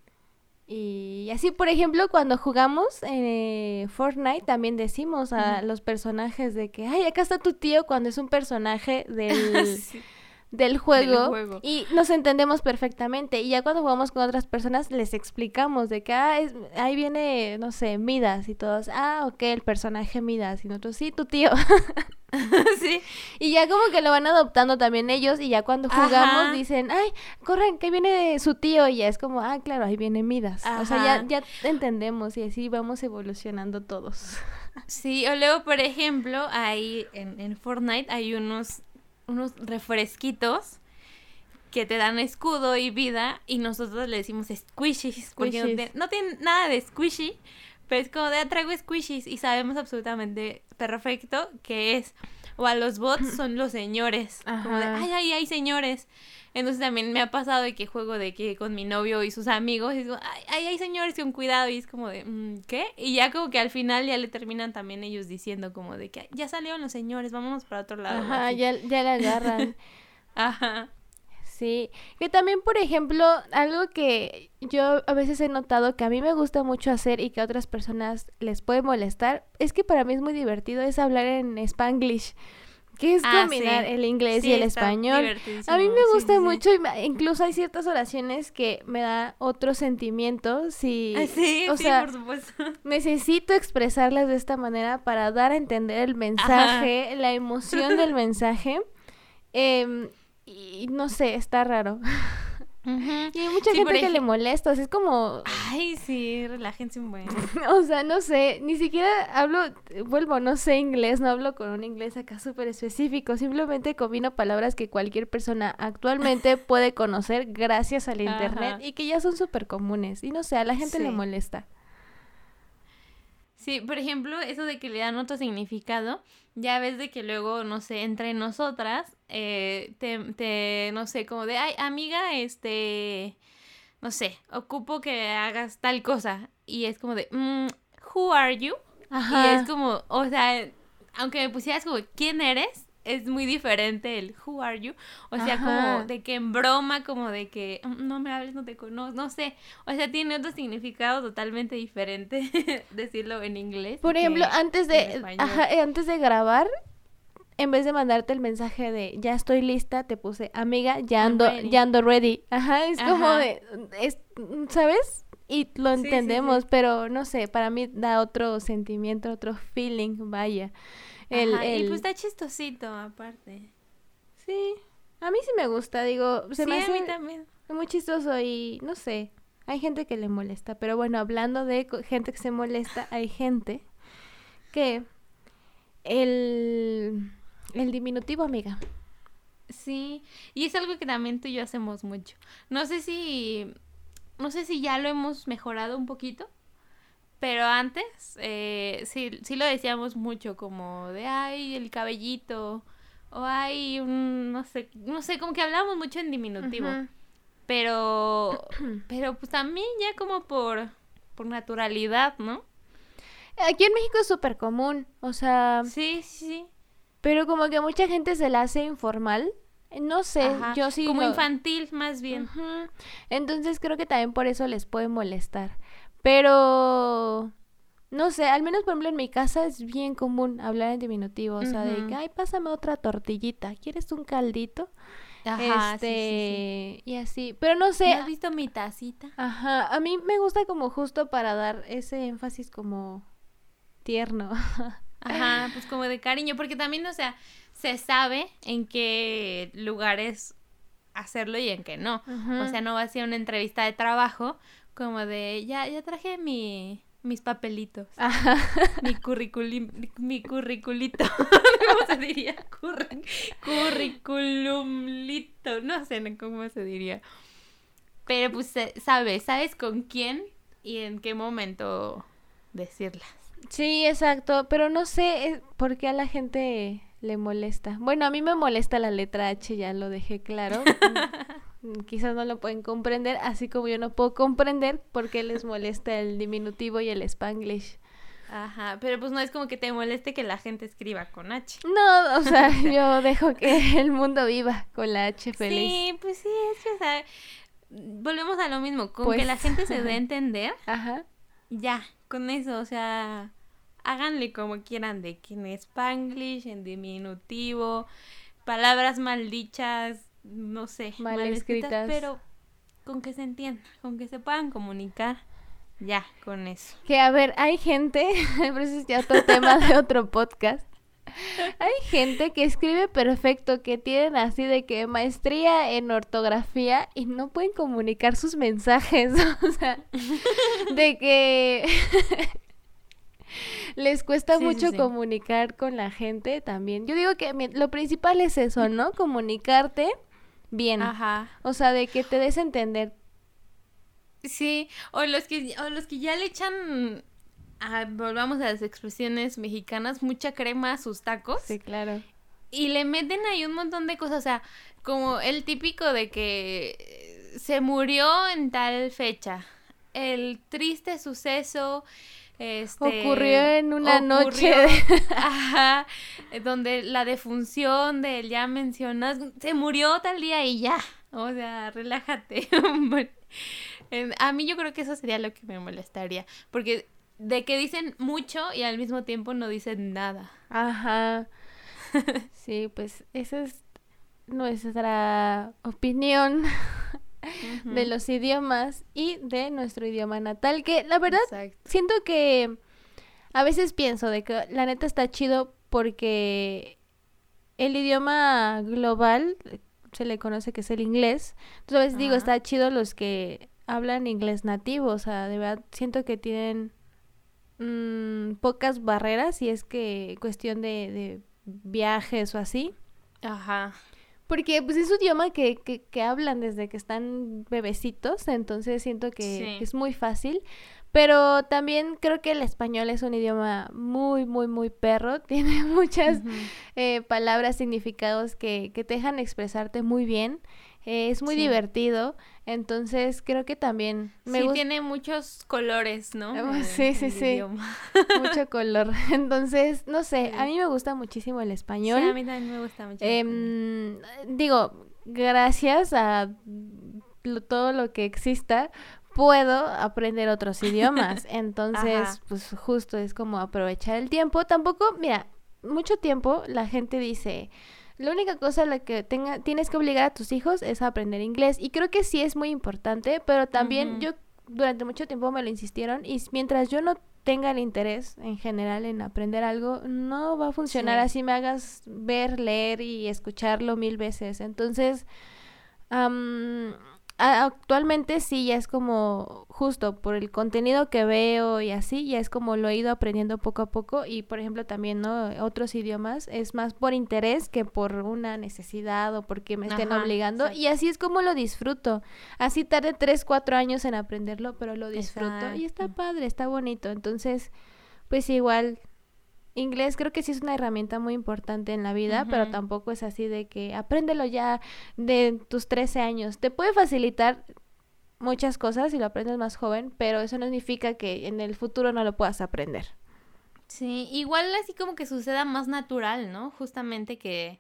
Y así, por ejemplo, cuando jugamos eh, Fortnite también decimos a uh-huh. los personajes de que, ay, acá está tu tío, cuando es un personaje del... sí. Del juego, del juego y nos entendemos perfectamente, y ya cuando jugamos con otras personas les explicamos de que ah, es, ahí viene, no sé, Midas, y todos, ah, ok, el personaje Midas, y nosotros, sí, tu tío. Sí. Y ya como que lo van adoptando también ellos, y ya cuando jugamos ajá. dicen, ay, corran, que viene su tío, y ya es como, ah, claro, ahí viene Midas. Ajá. O sea, ya, ya entendemos, y así vamos evolucionando todos. Sí, o luego, por ejemplo, ahí en, en Fortnite hay unos unos refresquitos que te dan escudo y vida, y nosotros le decimos squishies, porque no, te, no tienen nada de squishy, pero es como de traigo squishies, y sabemos absolutamente perfecto que es, o a los bots son los señores, ajá. como de ay, ay, ay, señores. Entonces también me ha pasado de que juego de que con mi novio y sus amigos, y digo, ay, ay, ay, señores, con cuidado, y es como de, mmm, ¿qué? Y ya como que al final ya le terminan también ellos diciendo como de que ya salieron los señores, vámonos para otro lado. Ajá, ya, ya la agarran. Ajá. Sí, que también, por ejemplo, algo que yo a veces he notado que a mí me gusta mucho hacer y que a otras personas les puede molestar, es que para mí es muy divertido, es hablar en Spanglish. Que es ah, combinar sí. el inglés sí, y el español. A mí me gusta sí, sí, mucho, sí. y incluso hay ciertas oraciones que me da otro sentimiento. Si, ah, sí, o sí, sea, por supuesto. Necesito expresarlas de esta manera para dar a entender el mensaje, ajá. la emoción del mensaje. Eh, y no sé, está raro. Uh-huh. Y hay mucha sí, gente que ej- le molesta, o sea, es como... Ay, sí, relájense un buen. O sea, no sé, ni siquiera hablo, vuelvo, no sé inglés, no hablo con un inglés acá súper específico, simplemente combino palabras que cualquier persona actualmente puede conocer gracias al internet. Ajá. Y que ya son súper comunes, y no sé, a la gente sí. le molesta. Sí, por ejemplo, eso de que le dan otro significado, ya ves de que luego, no sé, entre nosotras, eh, te, te, no sé, como de, ay, amiga, este, no sé, ocupo que hagas tal cosa, y es como de, mm, who are you? Ajá. Y es como, o sea, aunque me pusieras como, ¿quién eres? Es muy diferente el who are you, o sea, ajá. como de que en broma, como de que no me hables, no te conozco, no sé, o sea, tiene otro significado totalmente diferente decirlo en inglés. Por ejemplo, antes de ajá, antes de grabar, en vez de mandarte el mensaje de ya estoy lista, te puse amiga, ya ando, ya ando ready. Ajá, es ajá. como de, es, ¿sabes? Y lo sí, entendemos, sí, sí. pero no sé, para mí da otro sentimiento, otro feeling, vaya. El, Ajá, el... Y pues está chistosito, aparte. Sí, a mí sí me gusta, digo, se sí, me hace a mí también. Muy chistoso y no sé, hay gente que le molesta, pero bueno, hablando de gente que se molesta, hay gente que el, el diminutivo, amiga. Sí, y es algo que también tú y yo hacemos mucho. No sé si no sé si ya lo hemos mejorado un poquito, pero antes eh, sí, sí lo decíamos mucho, como de, ay, el cabellito, o ay, un, no sé, no sé, como que hablábamos mucho en diminutivo. Uh-huh. Pero, pero pues también ya como por, por naturalidad, ¿no? Aquí en México es súper común, o sea... Sí, sí, sí. Pero como que mucha gente se la hace informal. No sé, Ajá, yo sí... Como lo... infantil, más bien. Uh-huh. Entonces creo que también por eso les puede molestar. Pero... No sé, al menos por ejemplo en mi casa es bien común hablar en diminutivo. O sea, uh-huh. de que, ay, pásame otra tortillita. ¿Quieres un caldito? Ajá, este, sí, sí, sí. Y así, pero no sé. ¿No has visto mi tacita? Ajá, a mí me gusta como justo para dar ese énfasis como tierno. Ajá, pues como de cariño, porque también, o sea, se sabe en qué lugares hacerlo y en qué no. Uh-huh. O sea, no va a ser una entrevista de trabajo como de, ya, ya traje mi... mis papelitos. Ajá. Mi curriculum, mi curriculito. ¿Cómo se diría? Curr- curriculumlito. No sé cómo se diría. Pero pues sabes, sabes con quién y en qué momento decirlas. Sí, exacto. Pero no sé por qué a la gente le molesta. Bueno, a mí me molesta la letra H, ya lo dejé claro. Quizás no lo pueden comprender, así como yo no puedo comprender por qué les molesta el diminutivo y el Spanglish. Ajá, pero pues no es como que te moleste que la gente escriba con H. No, o sea, yo dejo que el mundo viva con la H feliz. Sí, pues sí, es que, o sea, volvemos a lo mismo, con pues... que la gente se dé a entender. Ajá. Ya, con eso, o sea, háganle como quieran, de que en Spanglish, en diminutivo, palabras mal dichas, no sé, mal, mal escritas, escritas, pero con que se entiendan, con que se puedan comunicar, ya, con eso. Que a ver, hay gente, pero eso es ya otro tema de otro podcast, hay gente que escribe perfecto, que tienen así de que maestría en ortografía y no pueden comunicar sus mensajes, o sea, de que... les cuesta sí, mucho sí, sí. comunicar con la gente también. Yo digo que lo principal es eso, ¿no? Comunicarte bien. Ajá. O sea, de que te des a entender. Sí, o los que o los que ya le echan, a, volvamos a las expresiones mexicanas, mucha crema a sus tacos. Sí, claro. Y le meten ahí un montón de cosas, o sea, como el típico de que se murió en tal fecha. El triste suceso... Este, ocurrió en una ocurrió, noche ajá, donde la defunción de ya mencionas se murió tal día y ya, o sea, relájate. A mí yo creo que eso sería lo que me molestaría, porque de que dicen mucho y al mismo tiempo no dicen nada. Ajá. Sí, pues esa es nuestra opinión uh-huh. de los idiomas y de nuestro idioma natal, que la verdad Exacto. siento que a veces pienso de que la neta está chido porque el idioma global se le conoce que es el inglés, entonces a veces uh-huh. digo, está chido los que hablan inglés nativo, o sea, de verdad siento que tienen mmm, pocas barreras y es que cuestión de, de viajes o así. Ajá. Porque pues es un idioma que, que, que hablan desde que están bebecitos, entonces siento que, sí. que es muy fácil. Pero también creo que el español es un idioma muy, muy, muy perro. Tiene muchas uh-huh. eh, palabras, significados que, que te dejan expresarte muy bien. Eh, es muy sí. divertido, entonces creo que también... Me sí, gust- tiene muchos colores, ¿no? Oh, sí, el, sí, el sí. Idioma. Mucho color. Entonces, no sé, sí. a mí me gusta muchísimo el español. Sí, a mí también me gusta mucho. Eh, digo, gracias a lo, todo lo que exista, puedo aprender otros idiomas. Entonces, Ajá. pues justo es como aprovechar el tiempo. Tampoco, mira, mucho tiempo la gente dice... La única cosa a la que tenga, tienes que obligar a tus hijos es a aprender inglés. Y creo que sí es muy importante, pero también uh-huh. yo durante mucho tiempo me lo insistieron. Y mientras yo no tenga el interés en general en aprender algo, no va a funcionar sí. así me hagas ver, leer y escucharlo mil veces. Entonces, um, actualmente sí, ya es como justo por el contenido que veo y así, ya es como lo he ido aprendiendo poco a poco y por ejemplo también, ¿no? Otros idiomas es más por interés que por una necesidad o porque me estén Ajá, obligando exacto. Y así es como lo disfruto. Así tarde tres, cuatro años en aprenderlo, pero lo disfruto exacto. Y está padre, está bonito. Entonces, pues igual... Inglés creo que sí es una herramienta muy importante en la vida, uh-huh. Pero tampoco es así de que apréndelo ya de tus trece años. Te puede facilitar muchas cosas si lo aprendes más joven, pero eso no significa que en el futuro no lo puedas aprender. Sí, igual así como que suceda más natural, ¿no? Justamente que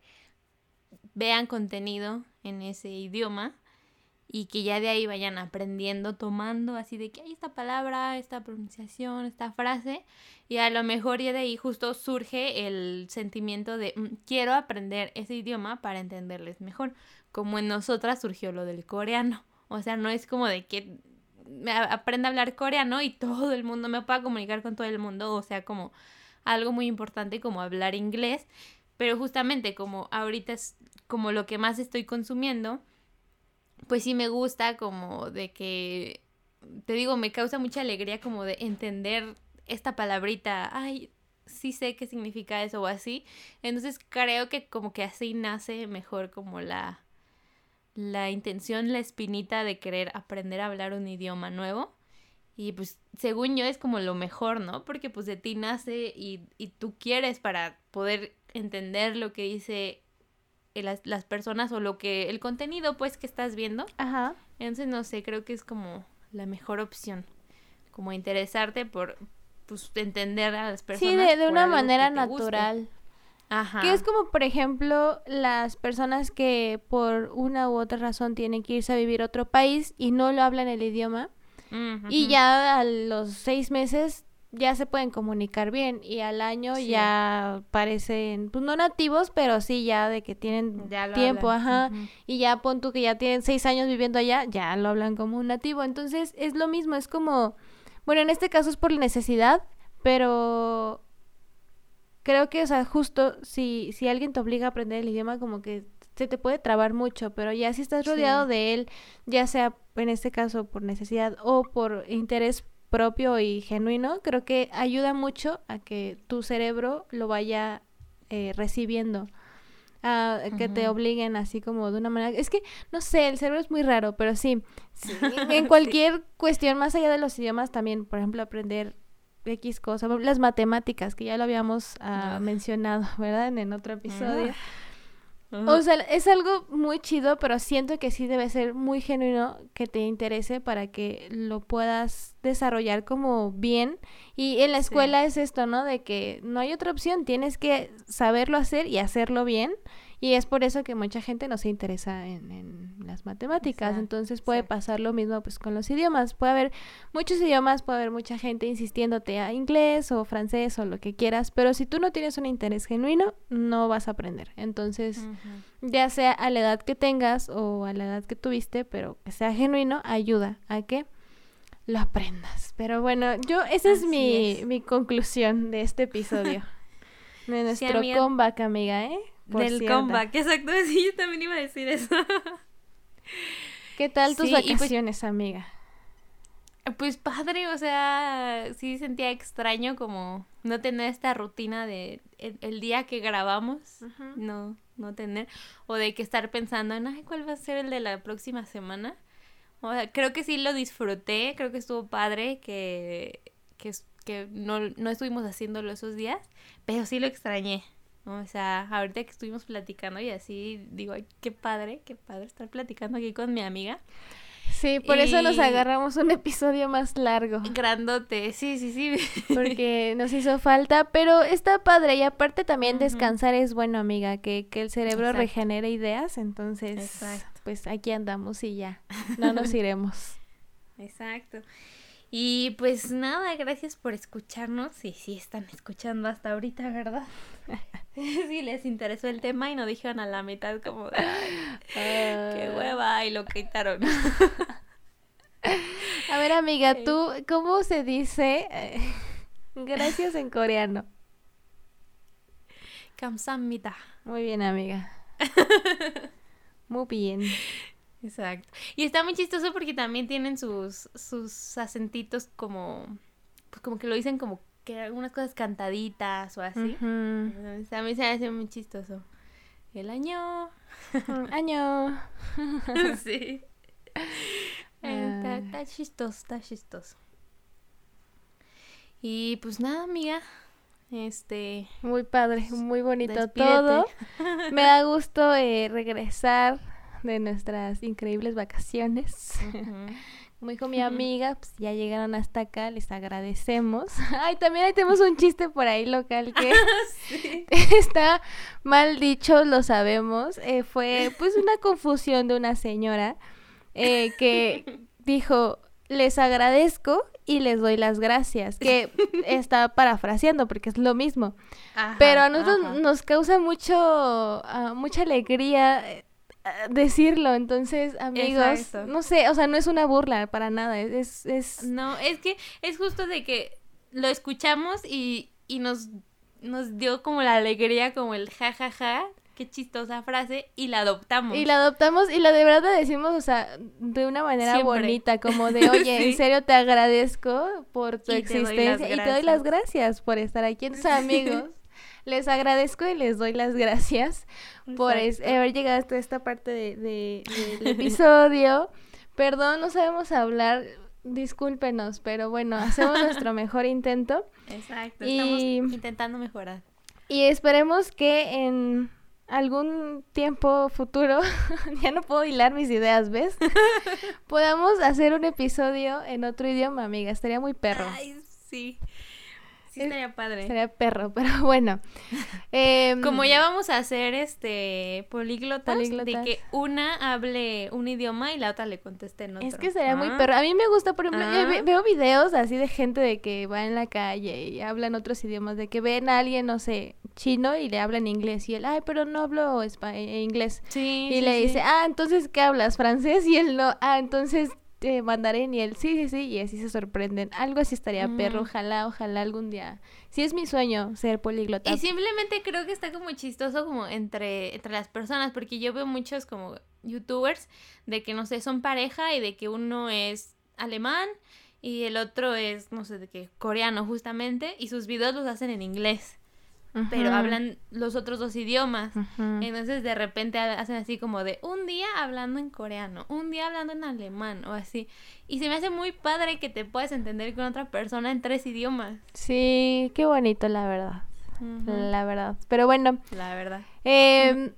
vean contenido en ese idioma y que ya de ahí vayan aprendiendo, tomando así de que hay esta palabra, esta pronunciación, esta frase, y a lo mejor ya de ahí justo surge el sentimiento de mmm, quiero aprender ese idioma para entenderles mejor, como en nosotras surgió lo del coreano. O sea, no es como de que aprenda a hablar coreano y todo el mundo me pueda comunicar con todo el mundo, o sea, como algo muy importante como hablar inglés, pero justamente como ahorita es como lo que más estoy consumiendo, pues sí me gusta como de que, te digo, me causa mucha alegría como de entender esta palabrita, ay, sí sé qué significa eso o así, entonces creo que como que así nace mejor como la, la intención, la espinita de querer aprender a hablar un idioma nuevo, y pues según yo es como lo mejor, ¿no? Porque pues de ti nace y, y tú quieres para poder entender lo que dice Las, las personas o lo que el contenido pues que estás viendo. Ajá. Entonces no sé, creo que es como la mejor opción, como interesarte por pues entender a las personas. Sí, de, de una manera natural. Guste. Ajá. Que es como por ejemplo las personas que por una u otra razón tienen que irse a vivir a otro país y no lo hablan el idioma, uh-huh. Y ya a los seis meses ya se pueden comunicar bien y al año sí. Ya parecen, pues no nativos, pero sí ya de que tienen tiempo, hablan. Ajá, uh-huh. Y ya pon tú que ya tienen seis años viviendo allá, ya lo hablan como un nativo, entonces es lo mismo, es como, bueno, en este caso es por necesidad, pero creo que, o sea, justo si, si alguien te obliga a aprender el idioma, como que se te puede trabar mucho, pero ya si estás rodeado sí. De él, ya sea en este caso por necesidad o por interés propio y genuino, creo que ayuda mucho a que tu cerebro lo vaya eh, recibiendo, a uh, que uh-huh. Te obliguen así como de una manera, es que no sé, el cerebro es muy raro, pero sí, sí en cualquier sí. Cuestión más allá de los idiomas también, por ejemplo, aprender X cosas, las matemáticas que ya lo habíamos uh, uh. mencionado, ¿verdad? En, en otro episodio. Uh. Uh-huh. O sea, es algo muy chido, pero siento que sí debe ser muy genuino que te interese para que lo puedas desarrollar como bien. Y en la escuela sí. Es esto, ¿no? De que no hay otra opción, tienes que saberlo hacer y hacerlo bien. Y es por eso que mucha gente no se interesa en, en las matemáticas. Exacto. Entonces puede Exacto. Pasar lo mismo pues con los idiomas. Puede haber muchos idiomas, puede haber mucha gente insistiéndote a inglés o francés o lo que quieras, pero si tú no tienes un interés genuino, no vas a aprender. Entonces, uh-huh. Ya sea a la edad que tengas o a la edad que tuviste, pero que sea genuino, ayuda a que lo aprendas. Pero bueno, yo esa es mi, es mi conclusión de este episodio. De nuestro sí, comeback, amiga, ¿eh? Por del cierta. Comeback, exacto, sí, yo también iba a decir eso. ¿Qué tal tus sí, vacaciones, pues, amiga? Pues padre, o sea, sí sentía extraño como no tener esta rutina de el, el día que grabamos, uh-huh. no, no tener, o de que estar pensando en, ay, ¿cuál va a ser el de la próxima semana? O sea, creo que sí lo disfruté, creo que estuvo padre que, que, que no, no estuvimos haciéndolo esos días, pero sí lo extrañé. O sea, ahorita que estuvimos platicando y así, digo, ay, qué padre, qué padre estar platicando aquí con mi amiga. Sí, por y... eso nos agarramos un episodio más largo. Grandote, sí, sí, sí. Porque nos hizo falta, pero está padre. Y aparte también uh-huh. Descansar es bueno, amiga, que, que el cerebro Exacto. Regenere ideas. Entonces, Exacto. Pues aquí andamos y ya, no nos iremos. Exacto. Y pues nada, gracias por escucharnos. Y sí están escuchando hasta ahorita, ¿verdad? Sí les interesó el tema y nos dijeron a la mitad como de, ay, uh... qué hueva, y lo quitaron. A ver, amiga, tú, ¿cómo se dice gracias en coreano? Kamsahamnida. Muy bien, amiga. Muy bien. Exacto. Y está muy chistoso porque también tienen sus, sus acentitos como, pues como que lo dicen como que algunas cosas cantaditas o así. Uh-huh. Entonces, a mí se me hace muy chistoso. El año. Año. Sí. Está, está chistoso, está chistoso. Y pues nada, amiga. Este. Muy padre, muy bonito despídete. Todo. Me da gusto eh, regresar de nuestras increíbles vacaciones. Uh-huh. Como dijo mi amiga, pues ya llegaron hasta acá, les agradecemos. Ay, también ahí tenemos un chiste por ahí local que sí. Está mal dicho, lo sabemos. Eh, fue pues una confusión de una señora eh, que dijo, les agradezco y les doy las gracias, que está parafraseando porque es lo mismo. Ajá, pero a nosotros ajá. nos causa mucho, uh, mucha alegría decirlo, entonces, amigos, exacto. No sé, o sea, no es una burla para nada, es, es... No, es que es justo de que lo escuchamos y, y nos, nos dio como la alegría, como el jajaja, ja, ja, qué chistosa frase, y la adoptamos. Y la adoptamos y la de verdad la decimos, o sea, de una manera siempre. Bonita, como de, oye, sí. En serio te agradezco por tu y existencia te y te doy las gracias por estar aquí. Entonces, amigos, les agradezco y les doy las gracias exacto. Por es, haber llegado hasta esta parte de, de, del episodio. Perdón, no sabemos hablar, discúlpenos, pero bueno, hacemos nuestro mejor intento. Exacto, y, estamos intentando mejorar. Y esperemos que en algún tiempo futuro, ya no puedo hilar mis ideas, ¿ves? Podamos hacer un episodio en otro idioma, amiga, estaría muy perro. Ay, sí. Sí, estaría padre. Estaría perro, pero bueno. Eh, Como ya vamos a hacer este políglotas, políglotas, de que una hable un idioma y la otra le conteste en otro. Es que sería ah. muy perro. A mí me gusta, por ejemplo, ah. yo ve, veo videos así de gente de que va en la calle y hablan otros idiomas, de que ven a alguien, no sé, chino y le hablan inglés y él, ay, pero no hablo espa- inglés. Sí, y sí, le sí. dice, ah, entonces, ¿qué hablas? ¿Francés? Y él no, ah, entonces... Eh, mandarín y él, sí, sí, sí, y así se sorprenden. Algo así estaría mm. perro, ojalá, ojalá algún día. Sí es mi sueño ser políglota. Y simplemente creo que está como chistoso como entre, entre las personas, porque yo veo muchos como youtubers de que, no sé, son pareja y de que uno es alemán y el otro es, no sé, de que coreano justamente, y sus videos los hacen en inglés. Uh-huh. Pero hablan los otros dos idiomas. Uh-huh. Entonces de repente hacen así como de un día hablando en coreano, un día hablando en alemán o así. Y se me hace muy padre que te puedas entender con otra persona en tres idiomas. Sí, qué bonito, la verdad. Uh-huh. La verdad. Pero bueno. La verdad. Eh,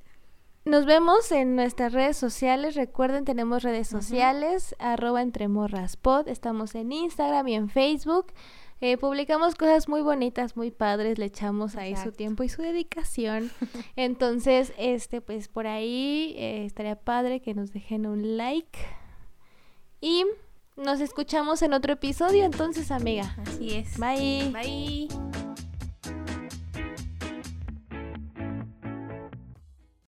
nos vemos en nuestras redes sociales. Recuerden, tenemos redes sociales, uh-huh. arroba entremorraspod. Estamos en Instagram y en Facebook. Eh, publicamos cosas muy bonitas, muy padres, le echamos ahí Exacto. Su tiempo y su dedicación. Entonces, este, pues por ahí eh, estaría padre que nos dejen un like. Y nos escuchamos en otro episodio, entonces, amiga. Así es. Bye. Bye.